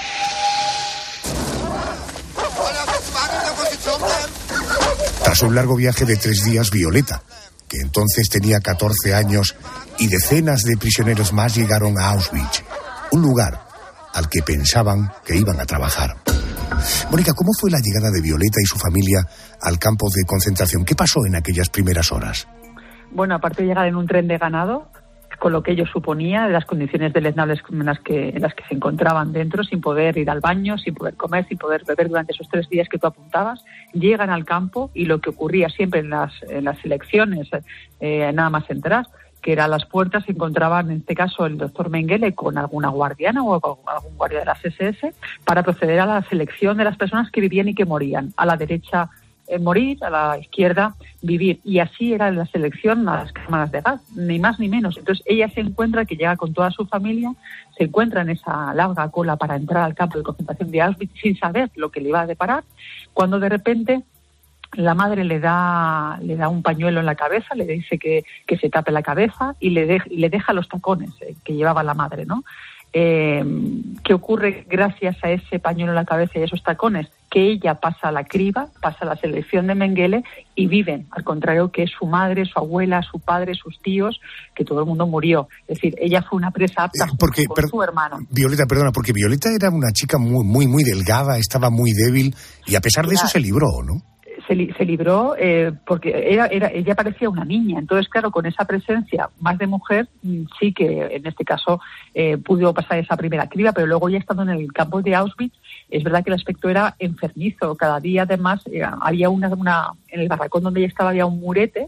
Tras un largo viaje de tres días, Violeta, que entonces tenía catorce años, y decenas de prisioneros más llegaron a Auschwitz, un lugar al que pensaban que iban a trabajar. Mónica, ¿cómo fue la llegada de Violeta y su familia al campo de concentración? ¿Qué pasó en aquellas primeras horas? Bueno, aparte de llegar en un tren de ganado, con lo que ello suponía, de las condiciones deleznables en las que, en las que se encontraban dentro, sin poder ir al baño, sin poder comer, sin poder beber durante esos tres días que tú apuntabas, llegan al campo y lo que ocurría siempre en las, en las elecciones, eh, nada más entrar, que era a las puertas, se encontraban en este caso el doctor Mengele con alguna guardiana o con algún guardia de las S S para proceder a la selección de las personas que vivían y que morían. A la derecha eh, morir, a la izquierda vivir. Y así era la selección a las cámaras de gas, ni más ni menos. Entonces ella se encuentra, que llega con toda su familia, se encuentra en esa larga cola para entrar al campo de concentración de Auschwitz sin saber lo que le iba a deparar, cuando de repente la madre le da le da un pañuelo en la cabeza, le dice que, que se tape la cabeza y le, de, y le deja los tacones eh, que llevaba la madre, ¿no? Eh, ¿Qué ocurre gracias a ese pañuelo en la cabeza y esos tacones? Que ella pasa la criba, pasa la selección de Mengele y viven, al contrario que su madre, su abuela, su padre, sus tíos, que todo el mundo murió. Es decir, ella fue una presa apta eh, porque, con per, su hermano. Violeta, perdona, porque Violeta era una chica muy, muy, muy delgada, estaba muy débil y a pesar de claro. eso se libró, ¿no? Se, li, se libró eh, porque era, era, ella parecía una niña. Entonces, claro, con esa presencia más de mujer, sí que en este caso eh, pudo pasar esa primera criba, pero luego ya estando en el campo de Auschwitz, es verdad que el aspecto era enfermizo. Cada día, además, eh, había una, una, en el barracón donde ella estaba había un murete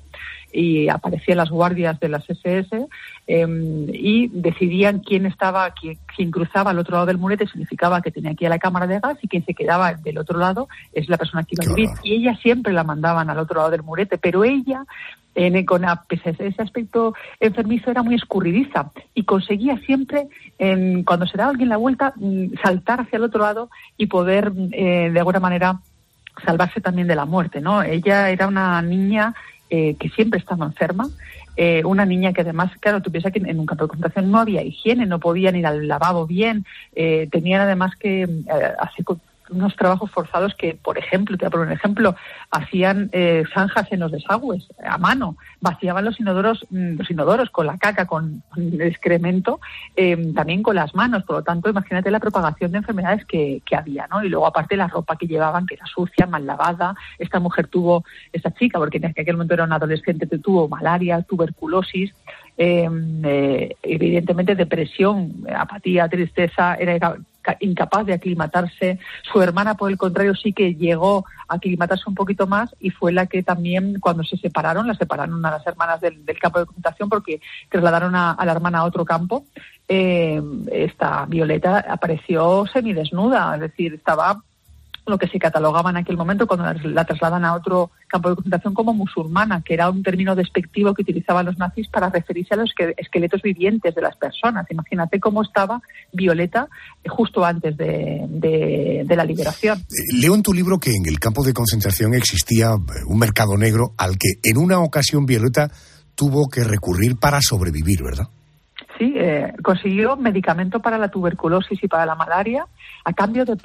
y aparecían las guardias de las S S eh, y decidían quién estaba, quién, quién cruzaba al otro lado del murete, significaba que tenía que ir a la cámara de gas, y quien se quedaba del otro lado es la persona que iba a vivir. Y ella siempre la mandaban al otro lado del murete, pero ella, en, con a, pese a ese aspecto enfermizo, era muy escurridiza y conseguía siempre, en, cuando se daba alguien la vuelta, saltar hacia el otro lado y poder, eh, de alguna manera, salvarse también de la muerte, ¿no? Ella era una niña eh, que siempre estaba enferma, eh, una niña que además, claro, tú piensas que en un campo de concentración no había higiene, no podían ir al lavabo bien, eh, tenían además que eh, hacer unos trabajos forzados que, por ejemplo, te voy a poner un ejemplo, hacían eh, zanjas en los desagües a mano, vaciaban los inodoros, los inodoros con la caca, con el excremento, eh, también con las manos. Por lo tanto, imagínate la propagación de enfermedades que, que había, ¿no? Y luego, aparte, la ropa que llevaban, que era sucia, mal lavada. Esta mujer tuvo, esta chica, porque en aquel momento era una adolescente, tuvo malaria, tuberculosis, eh, eh, evidentemente depresión, apatía, tristeza, era incapaz de aclimatarse. Su hermana, por el contrario, sí que llegó a aclimatarse un poquito más y fue la que también, cuando se separaron, la separaron a las hermanas del, del campo de concentración porque trasladaron a, a la hermana a otro campo. Eh, esta Violeta apareció semidesnuda, es decir, estaba lo que se catalogaba en aquel momento cuando la, la trasladan a otro campo de concentración como musulmana, que era un término despectivo que utilizaban los nazis para referirse a los que, esqueletos vivientes de las personas. Imagínate cómo estaba Violeta justo antes de, de, de la liberación. Leo en tu libro que en el campo de concentración existía un mercado negro al que en una ocasión Violeta tuvo que recurrir para sobrevivir, ¿verdad? Sí, eh, consiguió medicamento para la tuberculosis y para la malaria a cambio de pan.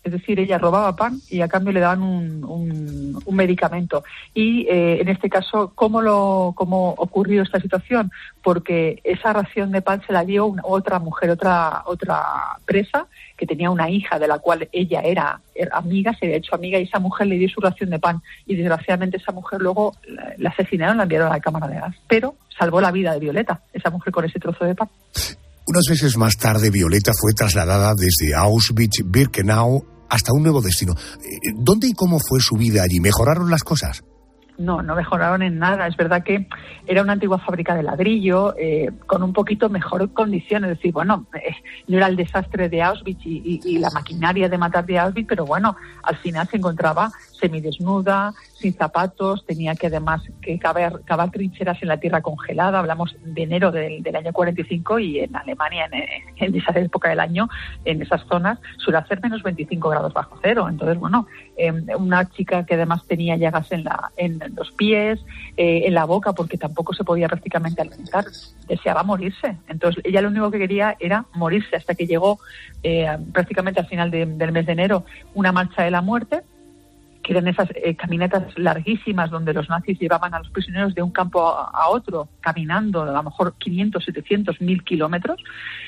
Es decir, ella robaba pan y a cambio le daban un, un, un medicamento. Y eh, en este caso, ¿cómo, lo, ¿cómo ocurrió esta situación? Porque esa ración de pan se la dio una, otra mujer, otra, otra presa, que tenía una hija de la cual ella era, era amiga, se había hecho amiga, y esa mujer le dio su ración de pan. Y desgraciadamente esa mujer luego la, la asesinaron, la enviaron a la cámara de gas. Pero salvó la vida de Violeta, esa mujer con ese trozo de pan. Unos meses más tarde, Violeta fue trasladada desde Auschwitz-Birkenau hasta un nuevo destino. ¿Dónde y cómo fue su vida allí? ¿Mejoraron las cosas? No, no mejoraron en nada. Es verdad que era una antigua fábrica de ladrillo, eh, con un poquito mejor condición. Es decir, bueno, eh, no era el desastre de Auschwitz y, y, y la maquinaria de matar de Auschwitz, pero bueno, al final se encontraba semidesnuda, sin zapatos, tenía que además que cavar, cavar trincheras en la tierra congelada. Hablamos de enero del, del año cuarenta y cinco, y en Alemania, en, en esa época del año, en esas zonas, suele hacer menos veinticinco grados bajo cero. Entonces, bueno, eh, una chica que además tenía llagas en, la, en los pies, eh, en la boca, porque tampoco se podía prácticamente alimentar, deseaba morirse. Entonces, ella lo único que quería era morirse, hasta que llegó eh, prácticamente al final de, del mes de enero una marcha de la muerte, que eran esas eh, caminatas larguísimas donde los nazis llevaban a los prisioneros de un campo a, a otro, caminando a lo mejor quinientos, setecientos, mil kilómetros.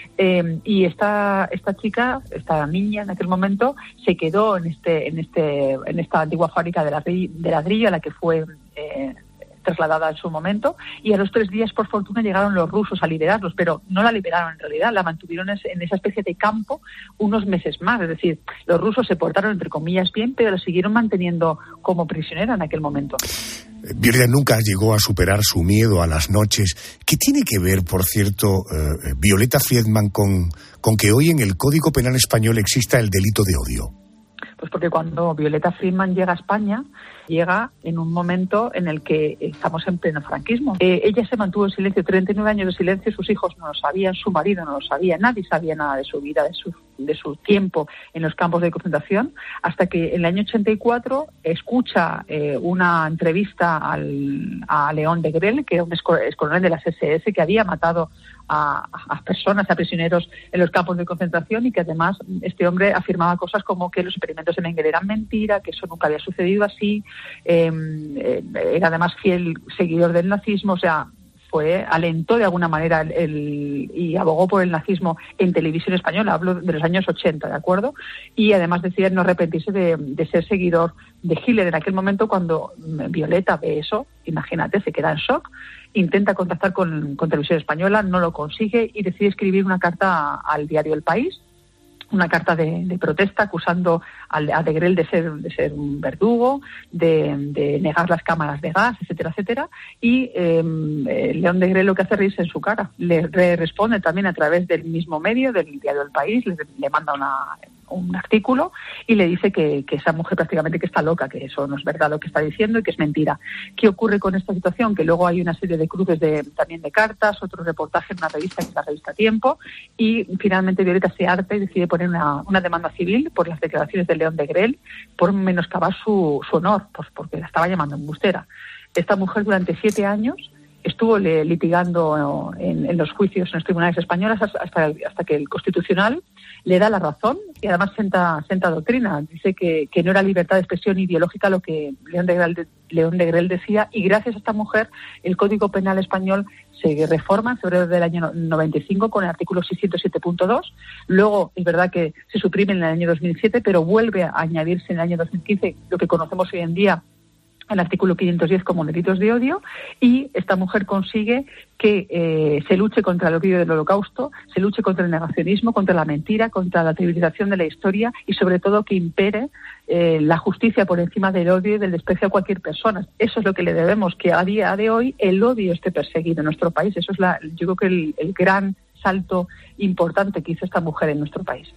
Eh, y esta esta chica, esta niña en aquel momento, se quedó en este en este en esta antigua fábrica de ladrillo, de ladrillo a la que fue eh, trasladada en su momento, y a los tres días, por fortuna, llegaron los rusos a liberarlos, pero no la liberaron en realidad, la mantuvieron en esa especie de campo unos meses más. Es decir, los rusos se portaron, entre comillas, bien, pero la siguieron manteniendo como prisionera en aquel momento. Violeta nunca llegó a superar su miedo a las noches. ¿Qué tiene que ver, por cierto, eh, Violeta Friedman, con, con que hoy en el Código Penal español exista el delito de odio? Pues porque cuando Violeta Friedman llega a España, llega en un momento en el que estamos en pleno franquismo. Eh, ella se mantuvo en silencio, treinta y nueve años de silencio, sus hijos no lo sabían, su marido no lo sabía, nadie sabía nada de su vida, de su, de su tiempo en los campos de concentración, hasta que en el año ochenta y cuatro escucha eh, una entrevista al, a León Degrelle, que era un excoronel de las ese ese que había matado a, a personas, a prisioneros en los campos de concentración, y que además este hombre afirmaba cosas como que los experimentos de Mengele eran mentira, que eso nunca había sucedido así. Eh, eh, era además fiel seguidor del nazismo, o sea, fue alentó de alguna manera el, el, y abogó por el nazismo en televisión española, hablo de los años ochenta, ¿de acuerdo? Y además decía no arrepentirse de, de ser seguidor de Hitler. En aquel momento, cuando Violeta ve eso, imagínate, se queda en shock, intenta contactar con, con televisión española, no lo consigue y decide escribir una carta al diario El País, una carta de, de protesta acusando al, a Degrelle de ser, de ser un verdugo, de, de negar las cámaras de gas, etcétera, etcétera. Y eh, León Degrelle lo que hace es reírse en su cara. Le, le responde también a través del mismo medio, del diario El País, le, le manda una, un artículo y le dice que, que esa mujer prácticamente que está loca, que eso no es verdad lo que está diciendo y que es mentira. ¿Qué ocurre con esta situación? Que luego hay una serie de cruces de, también de cartas, otro reportaje en una revista que es la revista Tiempo, y finalmente Violeta se harta y decide poner una, una demanda civil por las declaraciones de León Degrelle, por menoscabar su, su honor, pues porque la estaba llamando embustera. Esta mujer durante siete años estuvo le, litigando en, en los juicios en los tribunales españoles hasta, hasta que el Constitucional le da la razón y además senta, senta doctrina. Dice que, que no era libertad de expresión ideológica lo que León Degrelle, León Degrelle decía, y gracias a esta mujer el Código Penal español se reforma en febrero del año noventa y cinco con el artículo seiscientos siete punto dos. Luego es verdad que se suprime en el año dos mil siete, pero vuelve a añadirse en el año dos mil quince lo que conocemos hoy en día, el artículo quinientos diez como delitos de odio, y esta mujer consigue que eh, se luche contra el odio del Holocausto, se luche contra el negacionismo, contra la mentira, contra la trivialización de la historia y sobre todo que impere eh, la justicia por encima del odio y del desprecio a cualquier persona. Eso es lo que le debemos, que a día de hoy el odio esté perseguido en nuestro país. Eso es la, yo creo que el, el gran salto importante que hizo esta mujer en nuestro país.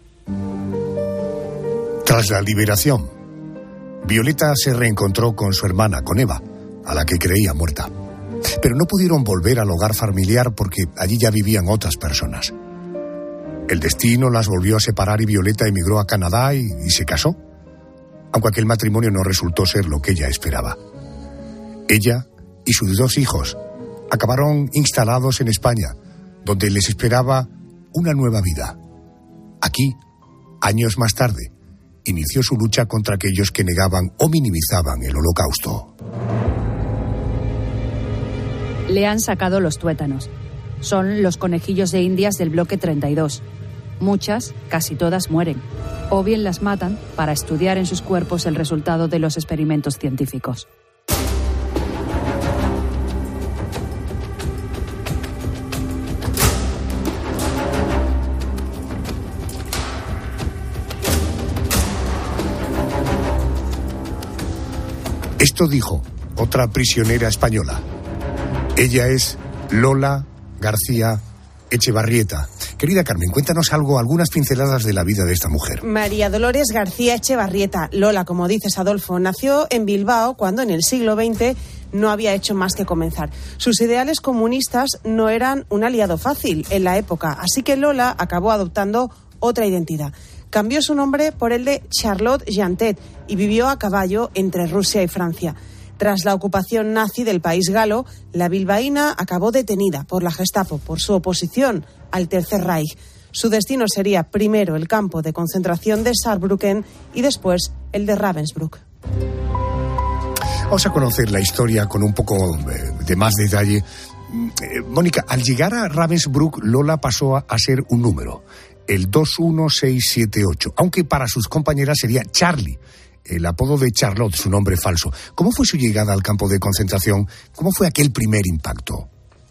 Tras la liberación, Violeta se reencontró con su hermana, con Eva, a la que creía muerta. Pero no pudieron volver al hogar familiar porque allí ya vivían otras personas. El destino las volvió a separar y Violeta emigró a Canadá y, y se casó, aunque aquel matrimonio no resultó ser lo que ella esperaba. Ella y sus dos hijos acabaron instalados en España, donde les esperaba una nueva vida. Aquí, años más tarde, inició su lucha contra aquellos que negaban o minimizaban el Holocausto. Le han sacado los tuétanos. Son los conejillos de indias del bloque treinta y dos. Muchas, casi todas, mueren. O bien las matan para estudiar en sus cuerpos el resultado de los experimentos científicos. Esto dijo otra prisionera española. Ella es Lola García Echevarrieta. Querida Carmen, cuéntanos algo, algunas pinceladas de la vida de esta mujer. María Dolores García Echevarrieta, Lola, como dices, Adolfo, nació en Bilbao cuando en el siglo veinte no había hecho más que comenzar. Sus ideales comunistas no eran un aliado fácil en la época, así que Lola acabó adoptando otra identidad. Cambió su nombre por el de Charlotte Jantet y vivió a caballo entre Rusia y Francia. Tras la ocupación nazi del país galo, la bilbaína acabó detenida por la Gestapo por su oposición al Tercer Reich. Su destino sería primero el campo de concentración de Saarbrücken y después el de Ravensbrück. Vamos a conocer la historia con un poco de más detalle. Eh, Mónica, al llegar a Ravensbrück, Lola pasó a, a ser un número, el dos uno seis siete ocho, aunque para sus compañeras sería Charlie, el apodo de Charlotte, su nombre falso. ¿Cómo fue su llegada al campo de concentración? ¿Cómo fue aquel primer impacto?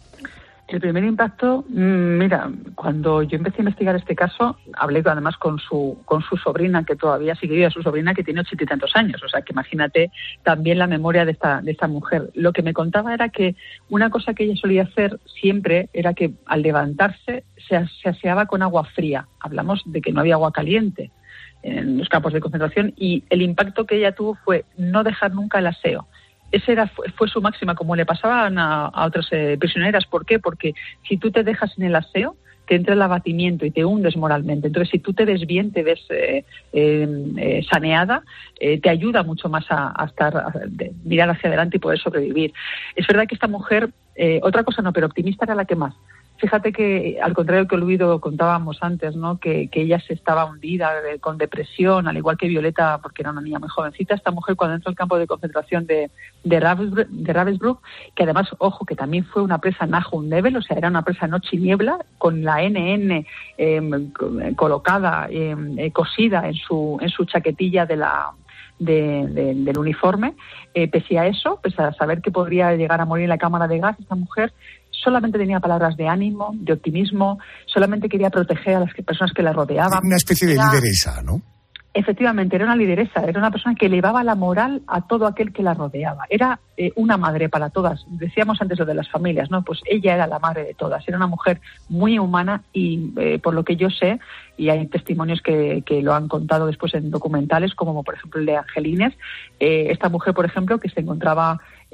El primer impacto, mira, cuando yo empecé a investigar este caso, hablé además con su con su sobrina, que todavía sigue viva, su sobrina que tiene ochenta y tantos años, o sea que imagínate también la memoria de esta de esta mujer. Lo que me contaba era que una cosa que ella solía hacer siempre era que al levantarse se, se aseaba con agua fría. Hablamos de que no había agua caliente en los campos de concentración, y el impacto que ella tuvo fue no dejar nunca el aseo. Esa era, fue, fue su máxima, como le pasaban a, a otras eh, prisioneras. ¿Por qué? Porque si tú te dejas en el aseo, te entra el abatimiento y te hundes moralmente. Entonces, si tú te ves bien, te ves eh, eh, eh, saneada, eh, te ayuda mucho más a, a estar, a de, mirar hacia adelante y poder sobrevivir. Es verdad que esta mujer, eh, otra cosa no, pero optimista era la que más. Fíjate que, al contrario que Olvido contábamos antes, ¿no? Que, que ella se estaba hundida de, con depresión, al igual que Violeta, porque era una niña muy jovencita. Esta mujer, cuando entró al campo de concentración de, de, Ravensbrück, de Ravensbrück, que además, ojo, que también fue una presa Nahum-Nebel, o sea, era una presa noche y niebla, con la N N eh, colocada, eh, eh, cosida en su, en su chaquetilla de la... De, de, del uniforme, eh, pese a eso, pese a saber que podría llegar a morir en la cámara de gas, esta mujer solamente tenía palabras de ánimo, de optimismo, solamente quería proteger a las personas que la rodeaban. Una especie de era, lideresa, ¿no? Efectivamente, era una lideresa, era una persona que elevaba la moral a todo aquel que la rodeaba. Era eh, una madre para todas. Decíamos antes lo de las familias, ¿no? Pues ella era la madre de todas. Era una mujer muy humana y, eh, por lo que yo sé, y hay testimonios que, que lo han contado después en documentales, como por ejemplo el de Angelines, eh, esta mujer, por ejemplo, que se encontraba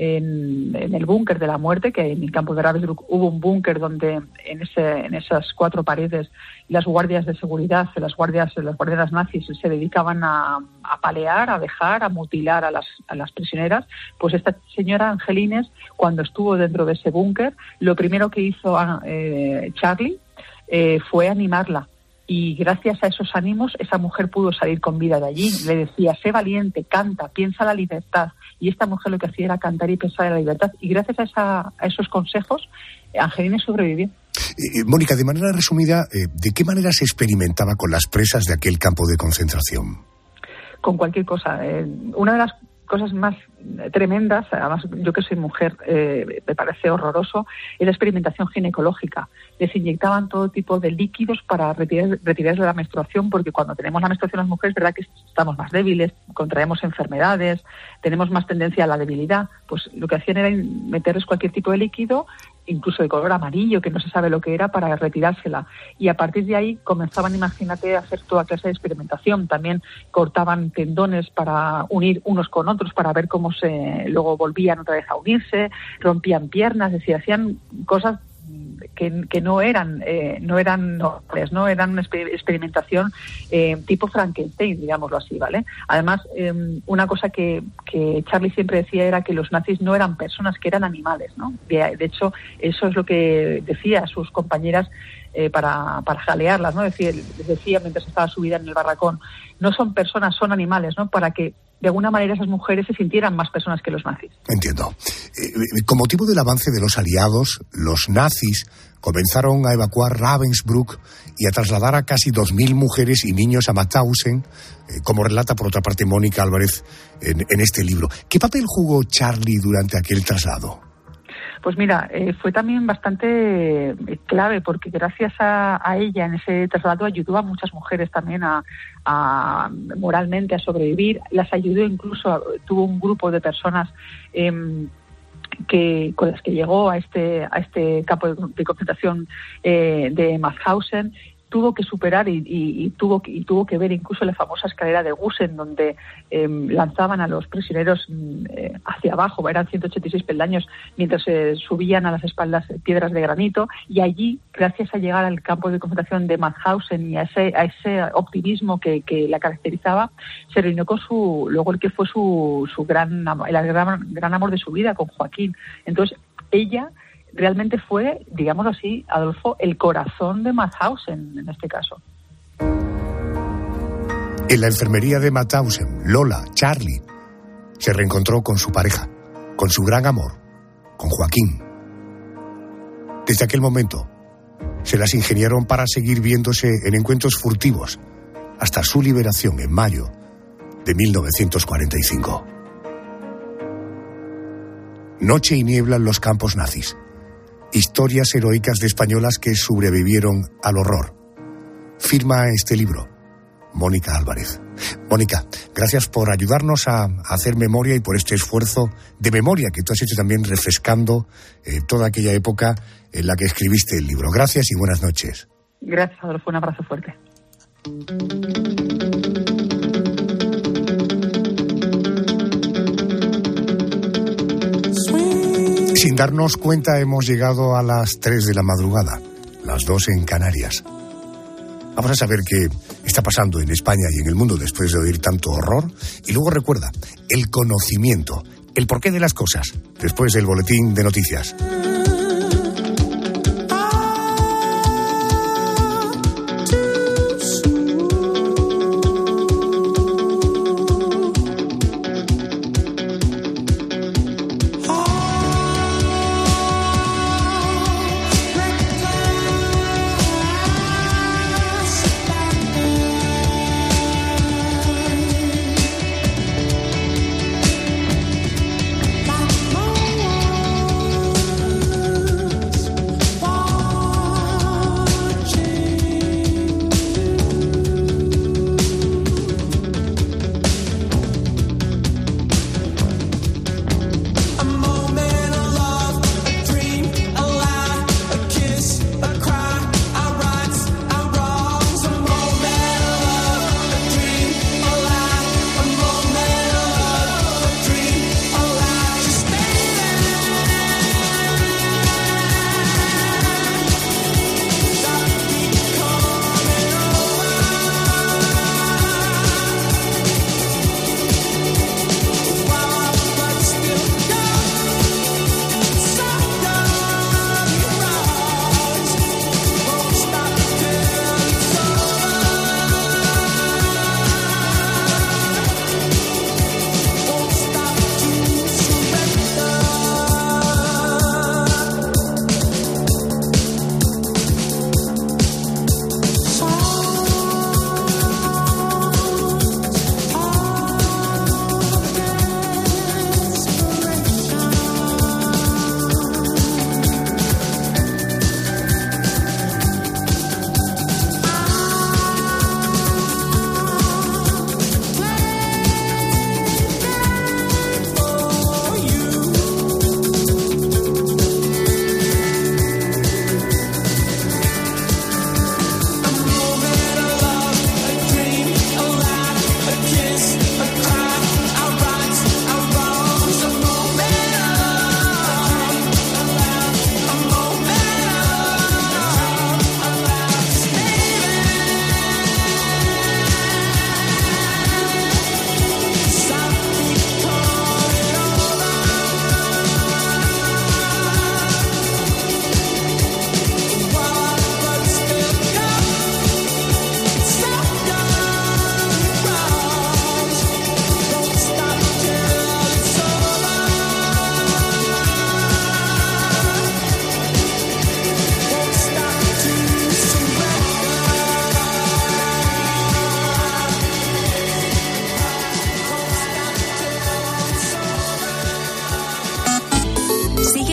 en, en el búnker de la muerte, que en el campo de Ravensbrück hubo un búnker donde en, ese, en esas cuatro paredes las guardias de seguridad, las guardias, las guardias nazis se dedicaban a, a palear, a dejar, a mutilar a las, a las prisioneras. Pues esta señora Angelines, cuando estuvo dentro de ese búnker, lo primero que hizo eh, Charlie eh, fue animarla. Y gracias a esos ánimos, esa mujer pudo salir con vida de allí. Le decía, sé valiente, canta, piensa la libertad. Y esta mujer lo que hacía era cantar y pensar en la libertad. Y gracias a, esa, a esos consejos, Angelines sobrevivió. Eh, Mónica, de manera resumida, eh, ¿de qué manera se experimentaba con las presas de aquel campo de concentración? Con cualquier cosa. Eh, una de las cosas más tremendas, además yo que soy mujer eh, me parece horroroso, es la experimentación ginecológica. Les inyectaban todo tipo de líquidos para retirar, retirarles la menstruación, porque cuando tenemos la menstruación las mujeres, verdad que estamos más débiles, contraemos enfermedades, tenemos más tendencia a la debilidad. Pues lo que hacían era meterles cualquier tipo de líquido, incluso de color amarillo, que no se sabe lo que era, para retirársela. Y a partir de ahí comenzaban, imagínate, a hacer toda clase de experimentación. También cortaban tendones para unir unos con otros, para ver cómo se luego volvían otra vez a unirse, rompían piernas, es decir, hacían cosas que, que no eran eh, no eran normales, no eran una experimentación eh, tipo Frankenstein, digámoslo así, ¿vale? Además, eh, una cosa que, que Charlie siempre decía era que los nazis no eran personas, que eran animales, ¿no? De, de hecho, eso es lo que decía a sus compañeras eh, para, para jalearlas, ¿no? Decía, les decía mientras estaba subida en el barracón, no son personas, son animales, ¿no? Para que de alguna manera esas mujeres se sintieran más personas que los nazis. Entiendo. Eh, con motivo del avance de los aliados, los nazis comenzaron a evacuar Ravensbrück y a trasladar a casi dos mil mujeres y niños a Mauthausen, eh, como relata por otra parte Mónica Álvarez en, en este libro. ¿Qué papel jugó Charlie durante aquel traslado? Pues mira, eh, fue también bastante eh, clave, porque gracias a, a ella en ese traslado ayudó a muchas mujeres también a, a moralmente a sobrevivir. Las ayudó incluso, a, tuvo un grupo de personas eh, que con las que llegó a este a este campo de, de concentración eh, de Mauthausen. Tuvo que superar y, y, y tuvo y tuvo que ver incluso la famosa escalera de Gusen, donde eh, lanzaban a los prisioneros eh, hacia abajo, eran ciento ochenta y seis peldaños, mientras eh, subían a las espaldas piedras de granito, y allí, gracias a llegar al campo de concentración de Mauthausen y a ese a ese optimismo que, que la caracterizaba, se reunió con su luego el que fue su su gran el gran, gran amor de su vida, con Joaquín. Entonces ella realmente fue, digámoslo así, Adolfo, el corazón de Mauthausen en este caso. En la enfermería de Mauthausen, Lola, Charlie, se reencontró con su pareja, con su gran amor, con Joaquín. Desde aquel momento, se las ingeniaron para seguir viéndose en encuentros furtivos, hasta su liberación en mayo de mil novecientos cuarenta y cinco. Noche y niebla en los campos nazis. Historias heroicas de españolas que sobrevivieron al horror. Firma este libro Mónica Álvarez. Mónica, gracias por ayudarnos a hacer memoria y por este esfuerzo de memoria que tú has hecho también refrescando eh, toda aquella época en la que escribiste el libro. Gracias y buenas noches. Gracias, Adolfo. Un abrazo fuerte. Sin darnos cuenta hemos llegado a las tres de la madrugada, las dos en Canarias. Vamos a saber qué está pasando en España y en el mundo después de oír tanto horror. Y luego recuerda, el conocimiento, el porqué de las cosas, después del boletín de noticias.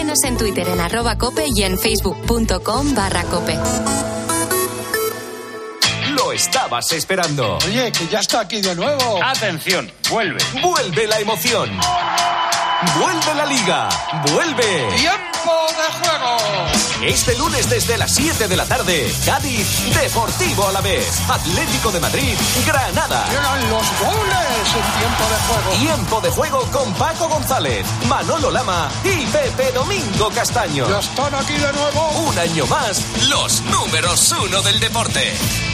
Síguenos en Twitter en arroba cope y en facebook.com barra cope. Lo estabas esperando. Oye, que ya está aquí de nuevo. Atención, vuelve. Vuelve la emoción. Vuelve la Liga. Vuelve. ¡Tiempo de juego! Este lunes desde las siete de la tarde, Cádiz, Deportivo Alavés, Atlético de Madrid, Granada. ¡Llegan los goles en tiempo de juego! Tiempo de juego con Paco González, Manolo Lama y Pepe Domingo Castaño. ¡Ya están aquí de nuevo! Un año más, los números uno del deporte.